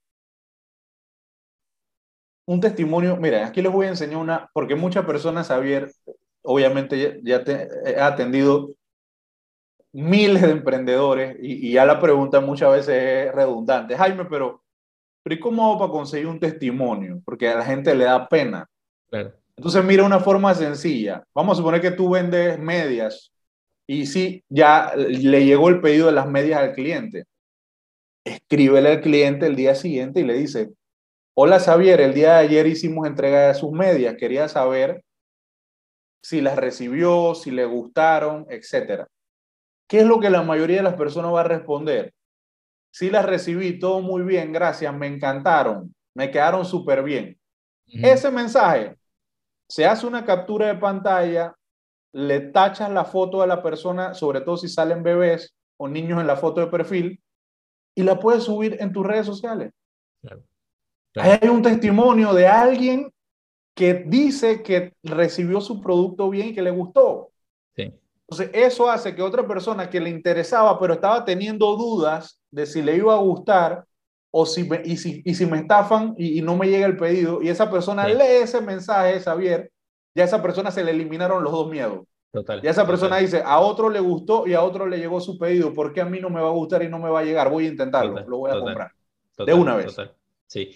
un testimonio, mira, aquí les voy a enseñar una, porque muchas personas, Javier, obviamente ya te he atendido miles de emprendedores y ya la pregunta muchas veces es redundante. Jaime, pero ¿y cómo hago para conseguir un testimonio? Porque a la gente le da pena. Claro. Entonces, mira una forma sencilla. Vamos a suponer que tú vendes medias y sí, ya le llegó el pedido de las medias al cliente. Escríbele al cliente el día siguiente y le dice, hola Xavier, el día de ayer hicimos entrega de sus medias. Quería saber si las recibió, si le gustaron, etcétera. ¿Qué es lo que la mayoría de las personas va a responder? Sí las recibí, todo muy bien, gracias, me encantaron, me quedaron súper bien. Ujú. Ese mensaje, se hace una captura de pantalla, le tachas la foto de la persona, sobre todo si salen bebés o niños en la foto de perfil, y la puedes subir en tus redes sociales. Claro, Ahí claro. hay un testimonio de alguien que dice que recibió su producto bien y que le gustó. Sí, Entonces, eso hace que otra persona que le interesaba, pero estaba teniendo dudas de si le iba a gustar o si me estafan y no me llega el pedido, y esa persona sí, lee ese mensaje, Xavier, ya a esa persona se le eliminaron los dos miedos. total, Ya esa persona total, dice, a otro le gustó y a otro le llegó su pedido, ¿por qué a mí no me va a gustar y no me va a llegar? Voy a intentarlo, total, lo voy a total, comprar. De total, una vez. total. Sí.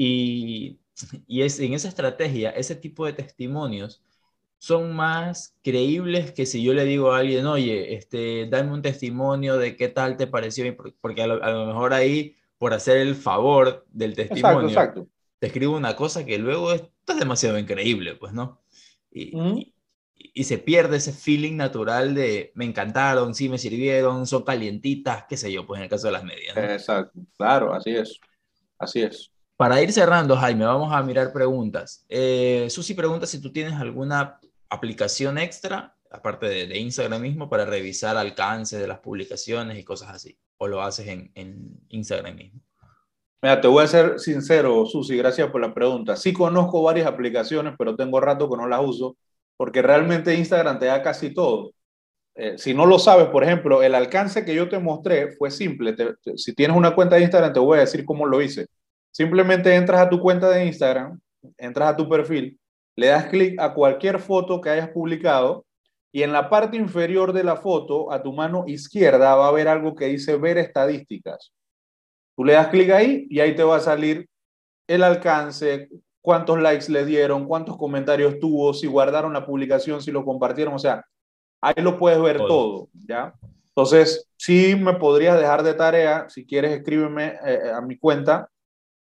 Y es, en esa estrategia, ese tipo de testimonios son más creíbles que si yo le digo a alguien, oye, dame un testimonio de qué tal te pareció, porque a lo mejor ahí, por hacer el favor del Exacto, testimonio, exacto. te escribo una cosa que luego esto es demasiado increíble, pues, ¿no? Y, Uh y, y se pierde ese feeling natural de me encantaron, sí me sirvieron, son calientitas, qué sé yo, pues en el caso de las medias, ¿no? Exacto, claro, así es, así es. Para ir cerrando, Jaime, vamos a mirar preguntas. Susi pregunta si tú tienes alguna aplicación extra, aparte de Instagram mismo, para revisar alcance de las publicaciones y cosas así. O lo haces en Instagram mismo. Mira, te voy a ser sincero, Susi, gracias por la pregunta. Sí conozco varias aplicaciones, pero tengo rato que no las uso, porque realmente Instagram te da casi todo. Si no lo sabes, por ejemplo, el alcance que yo te mostré fue simple. Si tienes una cuenta de Instagram, te voy a decir cómo lo hice. Simplemente entras a tu cuenta de Instagram, entras a tu perfil, le das clic a cualquier foto que hayas publicado y en la parte inferior de la foto, a tu mano izquierda, va a haber algo que dice ver estadísticas. Tú le das clic ahí y ahí te va a salir el alcance, cuántos likes le dieron, cuántos comentarios tuvo, si guardaron la publicación, si lo compartieron, o sea, ahí lo puedes ver Todo. todo, ¿ya? Entonces, sí me podrías dejar de tarea, si quieres escríbeme a mi cuenta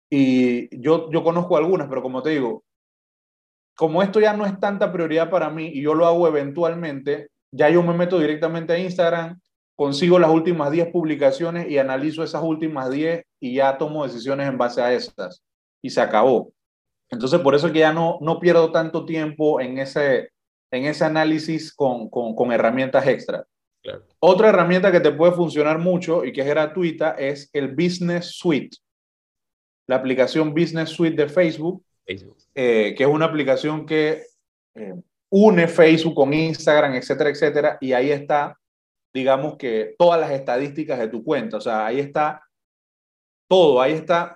Y yo conozco algunas, pero como te digo, como esto ya no es tanta prioridad para mí y yo lo hago eventualmente, ya yo me meto directamente a Instagram, consigo las últimas 10 publicaciones y analizo esas últimas 10 y ya tomo decisiones en base a esas. Y se acabó. Entonces, por eso es que ya no pierdo tanto tiempo en ese análisis con herramientas extra. Claro. Otra herramienta que te puede funcionar mucho y que es gratuita es el Business Suite, la aplicación Business Suite de Facebook, Facebook. que es una aplicación que eh, une Facebook con Instagram, etcétera, etcétera, y ahí está, digamos que todas las estadísticas de tu cuenta, o sea, ahí está todo, ahí está.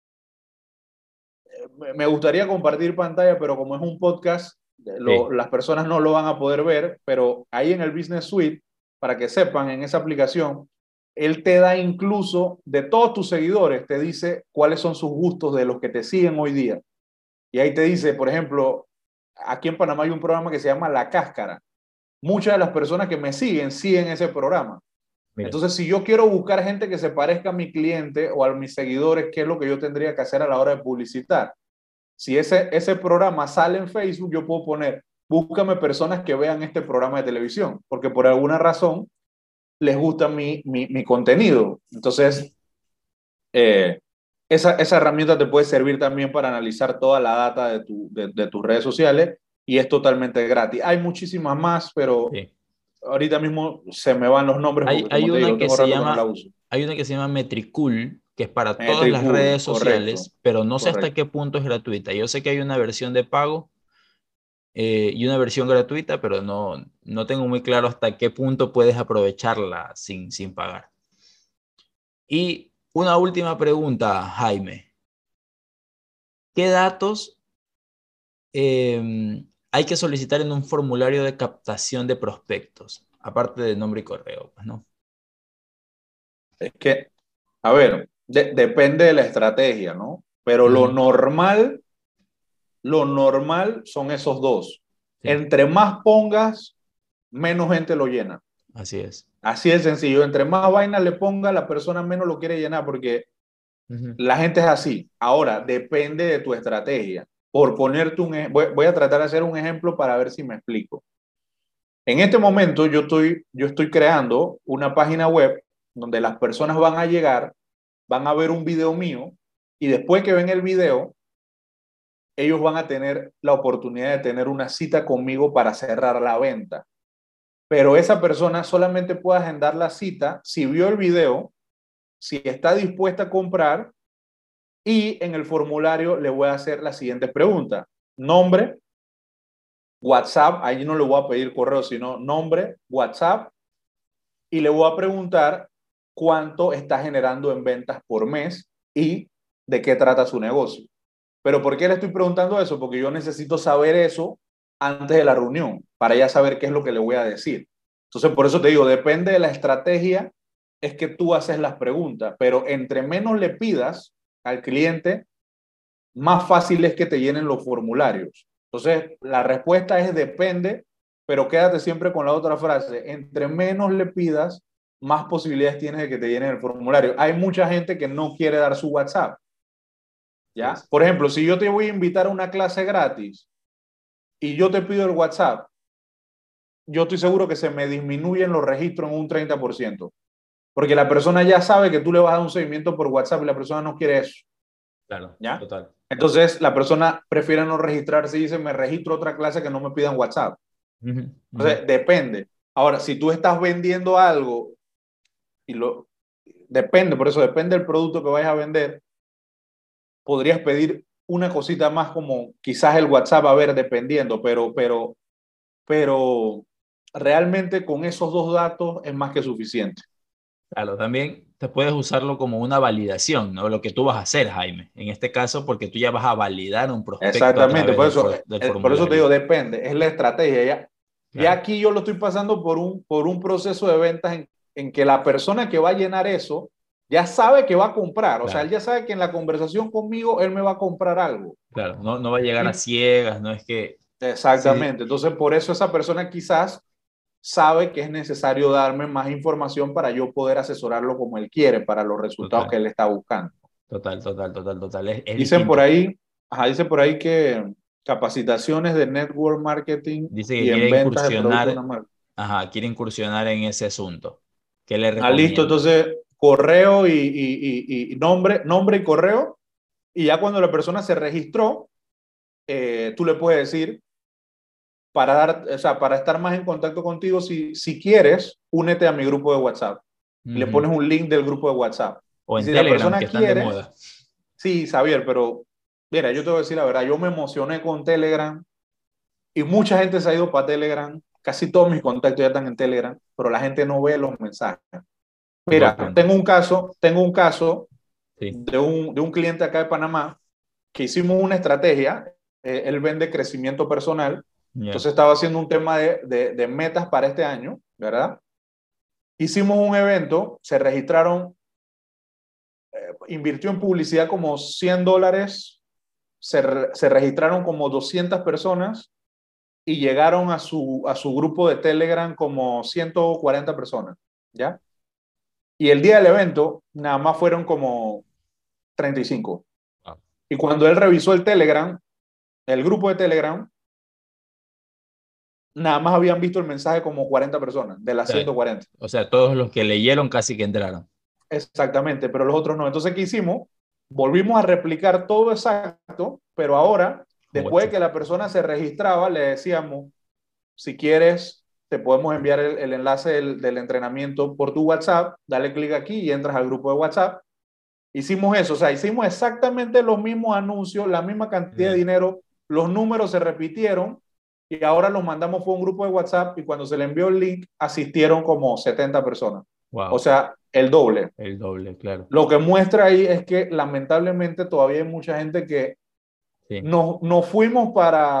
Me gustaría compartir pantalla, pero como es un podcast, Sí. las personas no lo van a poder ver, pero ahí en el Business Suite, para que sepan, en esa aplicación, él te da incluso de todos tus seguidores, te dice cuáles son sus gustos de los que te siguen hoy día. Y ahí te dice, por ejemplo, aquí en Panamá hay un programa que se llama La Cáscara. Muchas de las personas que me siguen ese programa. Mira, Entonces, si yo quiero buscar gente que se parezca a mi cliente o a mis seguidores, ¿qué es lo que yo tendría que hacer a la hora de publicitar? Si ese programa sale en Facebook, yo puedo poner, búscame personas que vean este programa de televisión, porque por alguna razón les gusta mi contenido. Entonces, esa herramienta te puede servir también para analizar toda la data de tus redes sociales y es totalmente gratis. Hay muchísimas más, pero sí. ahorita mismo se me van los nombres Hay, porque, hay como te una digo, que tengo se rato que no la llama, uso. hay una que se llama Metricool, que es para todas las Metricool, redes correcto, sociales, pero no sé hasta correcto. qué punto es gratuita. Yo sé que hay una versión de pago y una versión gratuita, pero no tengo muy claro hasta qué punto puedes aprovecharla sin pagar. Y una última pregunta, Jaime. ¿Qué datos hay que solicitar en un formulario de captación de prospectos? Aparte de nombre y correo, pues, ¿no? Es que, a ver, depende de la estrategia, ¿no? Pero Ujú. lo normal son esos dos. Sí, Entre más pongas, menos gente lo llena. así es. Así de sencillo. Entre más vainas le ponga, la persona menos lo quiere llenar porque Ujú. la gente es así. Ahora, depende de tu estrategia. Por ponerte voy a tratar de hacer un ejemplo para ver si me explico. En este momento yo estoy creando una página web donde las personas van a llegar, van a ver un video mío y después que ven el video, ellos van a tener la oportunidad de tener una cita conmigo para cerrar la venta. Pero esa persona solamente puede agendar la cita si vio el video, si está dispuesta a comprar y en el formulario le voy a hacer la siguiente pregunta. Nombre, WhatsApp, ahí no le voy a pedir correo, sino nombre, WhatsApp y le voy a preguntar cuánto está generando en ventas por mes y de qué trata su negocio. Pero ¿por qué le estoy preguntando eso? Porque yo necesito saber eso antes de la reunión, para ya saber qué es lo que le voy a decir. Entonces, por eso te digo, depende de la estrategia, es que tú haces las preguntas, pero entre menos le pidas al cliente, más fácil es que te llenen los formularios. Entonces, la respuesta es depende, pero quédate siempre con la otra frase. Entre menos le pidas, más posibilidades tienes de que te llenen el formulario. Hay mucha gente que no quiere dar su WhatsApp. ¿Ya? Es. Por ejemplo, si yo te voy a invitar a una clase gratis y yo te pido el WhatsApp, yo estoy seguro que se me disminuyen los registros en un 30%, porque la persona ya sabe que tú le vas a dar un seguimiento por WhatsApp y la persona no quiere eso, Claro, ¿ya? total. Entonces, la persona prefiere no registrarse y dice, me registro otra clase que no me pidan WhatsApp. Ujú, ujú. Entonces, depende. Ahora, si tú estás vendiendo algo y depende, por eso depende del producto que vayas a vender, podrías pedir una cosita más como quizás el WhatsApp, a ver, dependiendo, pero realmente con esos dos datos es más que suficiente. Claro, también te puedes usarlo como una validación, ¿no? Lo que tú vas a hacer, Jaime. En este caso, porque tú ya vas a validar un prospecto a Exactamente, través del por eso te digo, formulario. depende, es la estrategia. Ya Claro, aquí yo lo estoy pasando por un proceso de ventas en que la persona que va a llenar eso ya sabe que va a comprar, o sea, él claro, ya sabe que en la conversación conmigo él me va a comprar algo. claro. No va a llegar a Y, ciegas, no es que... Sí, exactamente, entonces por eso esa persona quizás sabe que es necesario darme más información para yo poder asesorarlo como él quiere, para los resultados que total. él está buscando. Total, total, total, total. Es Dicen por distinto. ahí, dicen por ahí que capacitaciones de network marketing Dice que y en quiere ventas de productos de una incursionar, marca. ajá, quiere incursionar en ese asunto. ¿Qué le Listo, recomiendas? entonces correo y nombre y correo. Y ya cuando la persona se registró, tú le puedes decir, o sea, para estar más en contacto contigo, si quieres, únete a mi grupo de WhatsApp. Y le Ujú. pones un link del grupo de WhatsApp. O Y en si la Telegram, que persona están de quiere, moda. sí, Xavier, pero mira, yo te voy a decir la verdad, yo me emocioné con Telegram y mucha gente se ha ido para Telegram. Casi todos mis contactos ya están en Telegram, pero la gente no ve los mensajes. Buen Mira, punto. tengo un caso Sí, de un cliente acá de Panamá que hicimos una estrategia. Él vende crecimiento personal. ya. Entonces estaba haciendo un tema de metas para este año, ¿verdad? Hicimos un evento, se registraron, invirtió en publicidad como $100, se registraron como 200 personas y llegaron a su grupo de Telegram como 140 personas, ¿ya? Y el día del evento nada más fueron como 35. Ah, Y cuando él revisó el Telegram, el grupo de Telegram, nada más habían visto el mensaje como 40 personas, de las 140. o sea, todos los que leyeron casi que entraron. Exactamente, pero los otros no. Entonces, ¿qué hicimos? Volvimos a replicar todo exacto, pero ahora, Con después de WhatsApp. que la persona se registraba, le decíamos, si quieres, te podemos enviar el enlace del entrenamiento por tu WhatsApp, dale clic aquí y entras al grupo de WhatsApp. Hicimos eso, o sea, hicimos exactamente los mismos anuncios, la misma cantidad de Genial. dinero, los números se repitieron y ahora los mandamos por un grupo de WhatsApp y cuando se le envió el link asistieron como 70 personas. O Wow, sea, el doble. el doble, claro. Lo que muestra ahí es que lamentablemente todavía hay mucha gente que Sí, nos fuimos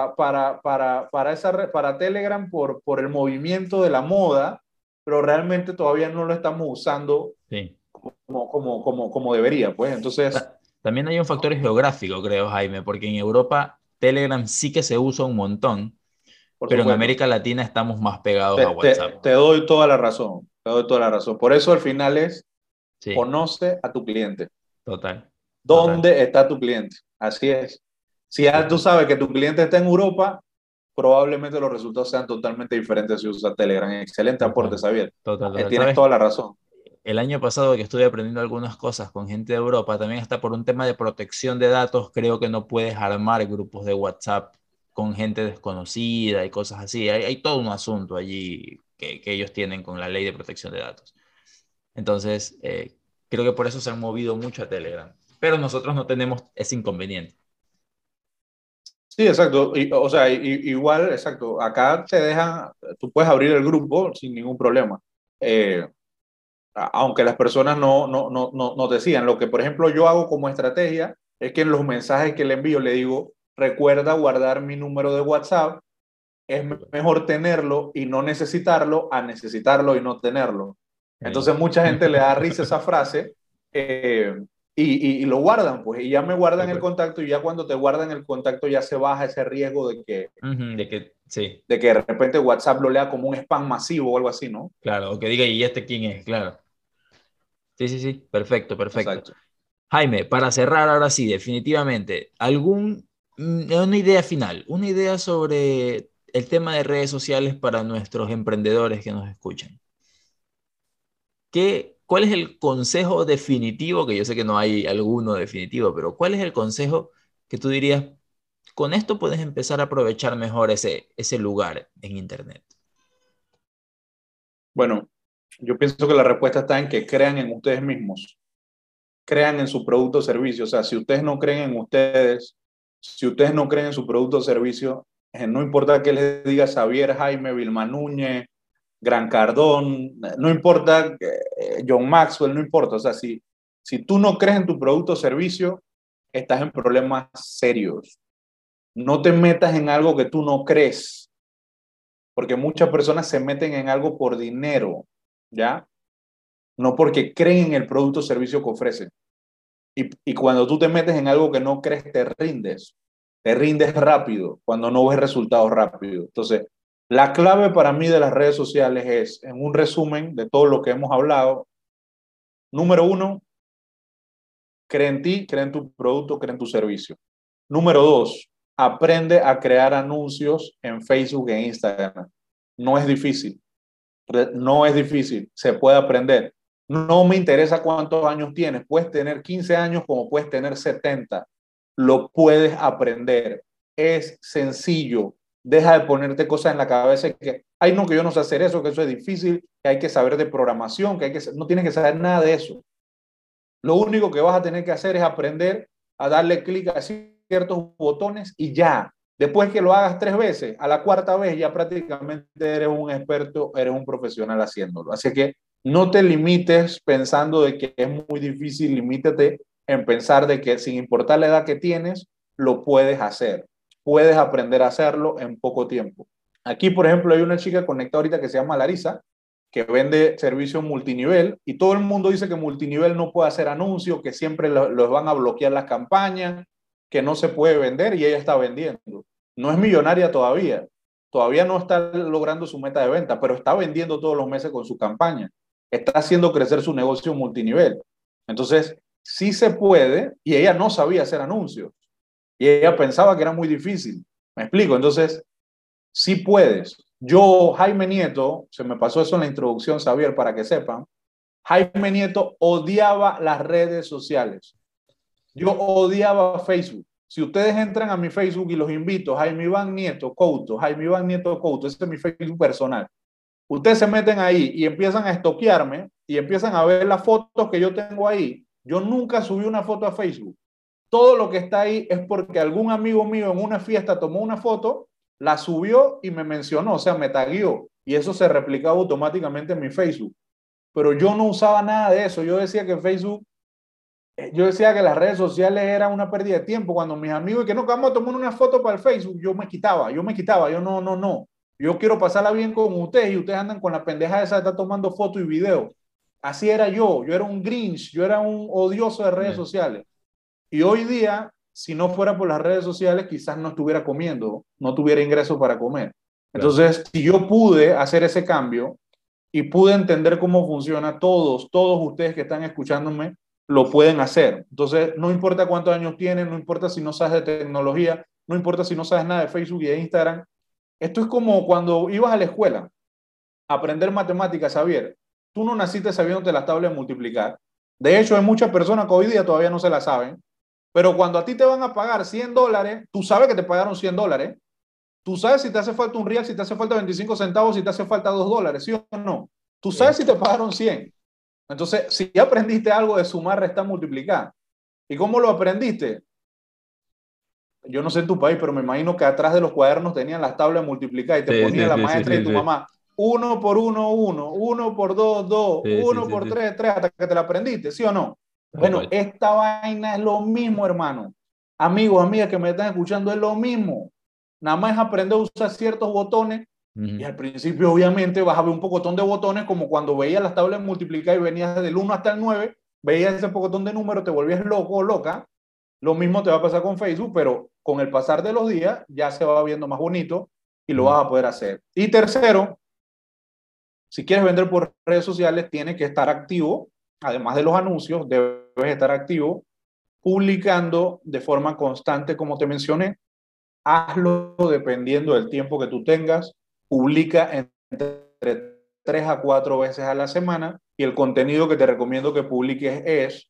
para Telegram por el movimiento de la moda, pero realmente todavía no lo estamos usando sí. como debería. Pues entonces, También hay un factor geográfico, creo, Jaime, porque en Europa Telegram sí que se usa un montón, por pero en supuesto, América Latina estamos más pegados a WhatsApp. te doy toda la razón, te doy toda la razón. Por eso al final es, Sí, conoce a tu cliente. total, total. ¿Dónde está tu cliente? Así es. Si Sí, ya tú sí, sabes que tu cliente está en Europa, probablemente los resultados sean totalmente diferentes si usas Telegram. Excelente aporte, total, Xavier. total, total. Tienes ¿Sabes? toda la razón. El año pasado que estuve aprendiendo algunas cosas con gente de Europa, también hasta por un tema de protección de datos, creo que no puedes armar grupos de WhatsApp con gente desconocida y cosas así. Hay todo un asunto allí que ellos tienen con la ley de protección de datos. Entonces, creo que por eso se han movido mucho a Telegram. Pero nosotros no tenemos ese inconveniente. Sí, exacto. O sea, igual, exacto. Acá te dejan, tú puedes abrir el grupo sin ningún problema. Eh, Aunque las personas no te sigan. Lo que, por ejemplo, yo hago como estrategia es que en los mensajes que le envío le digo, recuerda guardar mi número de WhatsApp. Es mejor tenerlo y no necesitarlo a necesitarlo y no tenerlo. Genial. Entonces mucha gente le da risa esa frase y lo guardan, pues, y ya me guardan el Súper. contacto y ya cuando te guardan el contacto ya se baja ese riesgo Ujú, de que, sí, de que de repente WhatsApp lo lea como un spam masivo o algo así, ¿no? claro. O que diga, ¿y este quién es? Claro. Sí, sí, sí. Perfecto, perfecto. Exacto. Jaime, para cerrar ahora sí, definitivamente, una idea final, una idea sobre el tema de redes sociales para nuestros emprendedores que nos escuchan. ¿Cuál es el consejo definitivo? Que yo sé que no hay alguno definitivo, pero ¿cuál es el consejo que tú dirías, con esto puedes empezar a aprovechar mejor ese lugar en Internet? Bueno, yo pienso que la respuesta está en que crean en ustedes mismos, crean en su producto o servicio. O sea, si ustedes no creen en ustedes, si ustedes no creen en su producto o servicio, no importa que les diga Xavier, Jaime, Vilma Núñez, Gran Cardón, no importa John Maxwell, no importa. O sea, si tú no crees en tu producto o servicio, estás en problemas serios. No te metas en algo que tú no crees, porque muchas personas se meten en algo por dinero, ¿ya? No porque creen en el producto o servicio que ofrecen. Y cuando tú te metes en algo que no crees, te rindes rápido cuando no ves resultados rápidos. Entonces, la clave para mí de las redes sociales es, en un resumen de todo lo que hemos hablado, número uno, Cree en ti, cree en tu producto, cree en tu servicio. Número 2, aprende a crear anuncios en Facebook e Instagram. No es difícil. No es difícil. Se puede aprender. No me interesa cuántos años tienes. Puedes tener 15 años como puedes tener 70. Lo puedes aprender. Es sencillo. Deja de ponerte cosas en la cabeza que, ay, no, que yo no sé hacer eso, que eso es difícil, que hay que saber de programación, que no tienes que saber nada de eso. Lo único que vas a tener que hacer es aprender a darle clic a ciertos botones y ya. Después que lo hagas 3 veces, a la cuarta vez ya prácticamente eres un experto, eres un profesional haciéndolo. Así que no te limites pensando de que es muy difícil, limítate en pensar de que sin importar la edad que tienes, lo puedes hacer. Puedes aprender a hacerlo en poco tiempo. Aquí, por ejemplo, hay una chica conectada ahorita que se llama Larisa, que vende servicios multinivel y todo el mundo dice que multinivel no puede hacer anuncios, que siempre los van a bloquear las campañas, que no se puede vender y ella está vendiendo. No es millonaria todavía, todavía no está logrando su meta de venta, pero está vendiendo todos los meses con su campaña, está haciendo crecer su negocio multinivel. Entonces, sí se puede y ella no sabía hacer anuncios y ella pensaba que era muy difícil. ¿Me explico? Entonces, sí puedes. Yo, Jaime Nieto, se me pasó eso en la introducción, Xavier, para que sepan, Jaime Nieto odiaba las redes sociales. Yo odiaba Facebook. Si ustedes entran a mi Facebook y los invito, Jaime Iván Nieto Couto, Jaime Iván Nieto Couto, ese es mi Facebook personal. Ustedes se meten ahí y empiezan a estoquearme y empiezan a ver las fotos que yo tengo ahí. Yo nunca subí una foto a Facebook. Todo lo que está ahí es porque algún amigo mío en una fiesta tomó una foto, la subió y me mencionó, o sea, me tagueó. Y eso se replicaba automáticamente en mi Facebook. Pero yo no usaba nada de eso. Yo decía que Facebook, yo decía que las redes sociales eran una pérdida de tiempo. Cuando mis amigos, que no, que vamos a tomar una foto para el Facebook, yo me quitaba, yo no. Yo quiero pasarla bien con ustedes y ustedes andan con la pendeja esa de estar tomando fotos y videos. Así era yo era un Grinch, yo era un odioso de redes sociales. Y hoy día, si no fuera por las redes sociales, quizás no estuviera comiendo, no tuviera ingresos para comer. Entonces, si yo pude hacer ese cambio y pude entender cómo funciona, todos ustedes que están escuchándome lo pueden hacer. Entonces, no importa cuántos años tienen, no importa si no sabes de tecnología, no importa si no sabes nada de Facebook y de Instagram. Esto es como cuando ibas a la escuela a aprender matemáticas, Xavier. Tú no naciste sabiéndote las tablas de multiplicar. De hecho, hay muchas personas que hoy día todavía no se la saben. Pero cuando a ti te van a pagar $100, tú sabes que te pagaron $100. Tú sabes si te hace falta un real, si te hace falta 25 centavos, si te hace falta $2, ¿sí o no? Tú sabes si te pagaron 100. Entonces, si ya aprendiste algo de sumar, restar, multiplicar. ¿Y cómo lo aprendiste? Yo no sé en tu país, pero me imagino que atrás de los cuadernos tenían las tablas de multiplicar y te ponía la maestra y tu mamá. 1 por 1, 1, 1 por 2, 2, 1 por 3, 3, hasta que te la aprendiste, ¿sí o no? Bueno, esta vaina es lo mismo, hermano. Amigos, amigas que me están escuchando, es lo mismo. Nada más es aprender a usar ciertos botones y al principio obviamente vas a ver un pocotón de botones como cuando veías las tablas de multiplicar y venías del 1 hasta el 9, veías ese pocotón de números, te volvías loco o loca. Lo mismo te va a pasar con Facebook, pero con el pasar de los días ya se va viendo más bonito y lo vas a poder hacer. Y tercero, si quieres vender por redes sociales, tienes que estar activo. Además de los anuncios, debes estar activo publicando de forma constante, como te mencioné. Hazlo dependiendo del tiempo que tú tengas. Publica entre 3 a 4 veces a la semana y el contenido que te recomiendo que publiques es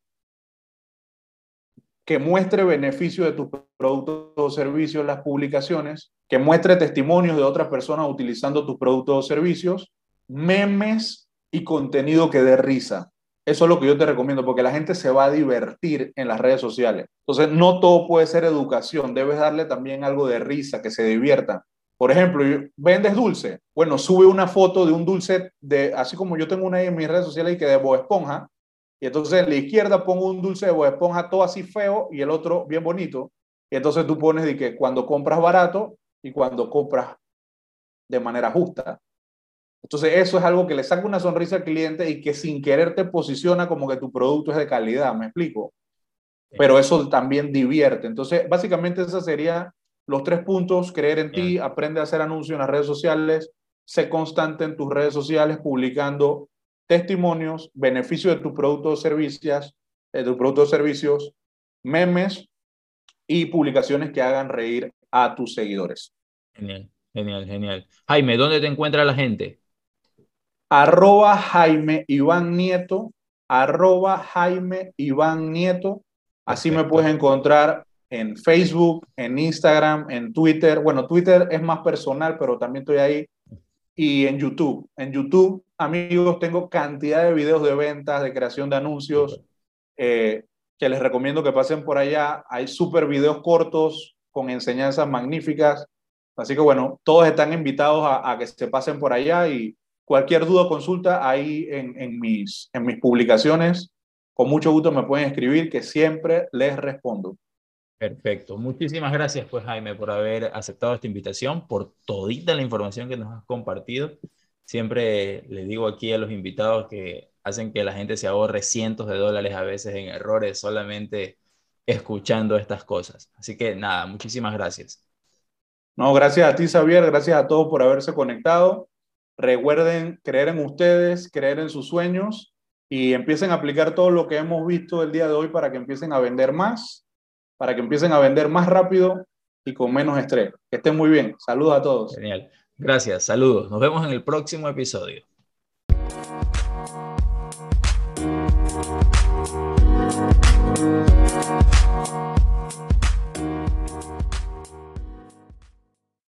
que muestre beneficio de tus productos o servicios en las publicaciones, que muestre testimonios de otras personas utilizando tus productos o servicios, memes y contenido que dé risa. Eso es lo que yo te recomiendo, porque la gente se va a divertir en las redes sociales. Entonces, no todo puede ser educación, debes darle también algo de risa, que se diviertan. Por ejemplo, ¿vendes dulce? Bueno, sube una foto de un dulce, así como yo tengo una ahí en mis redes sociales que de Bob Esponja, y entonces en la izquierda pongo un dulce de Bob Esponja todo así feo y el otro bien bonito. Y entonces tú pones de que cuando compras barato y cuando compras de manera justa. Entonces eso es algo que le saca una sonrisa al cliente y que sin querer te posiciona como que tu producto es de calidad, ¿me explico? Pero eso también divierte. Entonces básicamente esos serían los 3 puntos: creer en ti, aprende a hacer anuncios en las redes sociales, sé constante en tus redes sociales publicando testimonios, beneficios de tus productos o servicios de tus productos o servicios, memes y publicaciones que hagan reír a tus seguidores. Genial, genial, genial. Jaime, ¿dónde te encuentra la gente? Jaime Iván Nieto, Jaime Iván Nieto. Así me puedes Perfecto. encontrar en Facebook, en Instagram, en Twitter. Bueno, Twitter es más personal, pero también estoy ahí. Y en YouTube. En YouTube, amigos, tengo cantidad de videos de ventas, de creación de anuncios, Súper. eh, que les recomiendo que pasen por allá. Hay súper videos cortos con enseñanzas magníficas. Así que bueno, todos están invitados a que se pasen por allá y cualquier duda o consulta ahí en mis publicaciones, con mucho gusto me pueden escribir que siempre les respondo. Perfecto. Muchísimas gracias, pues, Jaime, por haber aceptado esta invitación, por todita la información que nos has compartido. Siempre les digo aquí a los invitados que hacen que la gente se ahorre cientos de dólares a veces en errores solamente escuchando estas cosas. Así que nada, muchísimas gracias. No, gracias a ti, Xavier, gracias a todos por haberse conectado. Recuerden creer en ustedes, creer en sus sueños y empiecen a aplicar todo lo que hemos visto el día de hoy para que empiecen a vender más, para que empiecen a vender más rápido y con menos estrés. Que estén muy bien. Saludos a todos. Genial. Gracias, saludos. Nos vemos en el próximo episodio.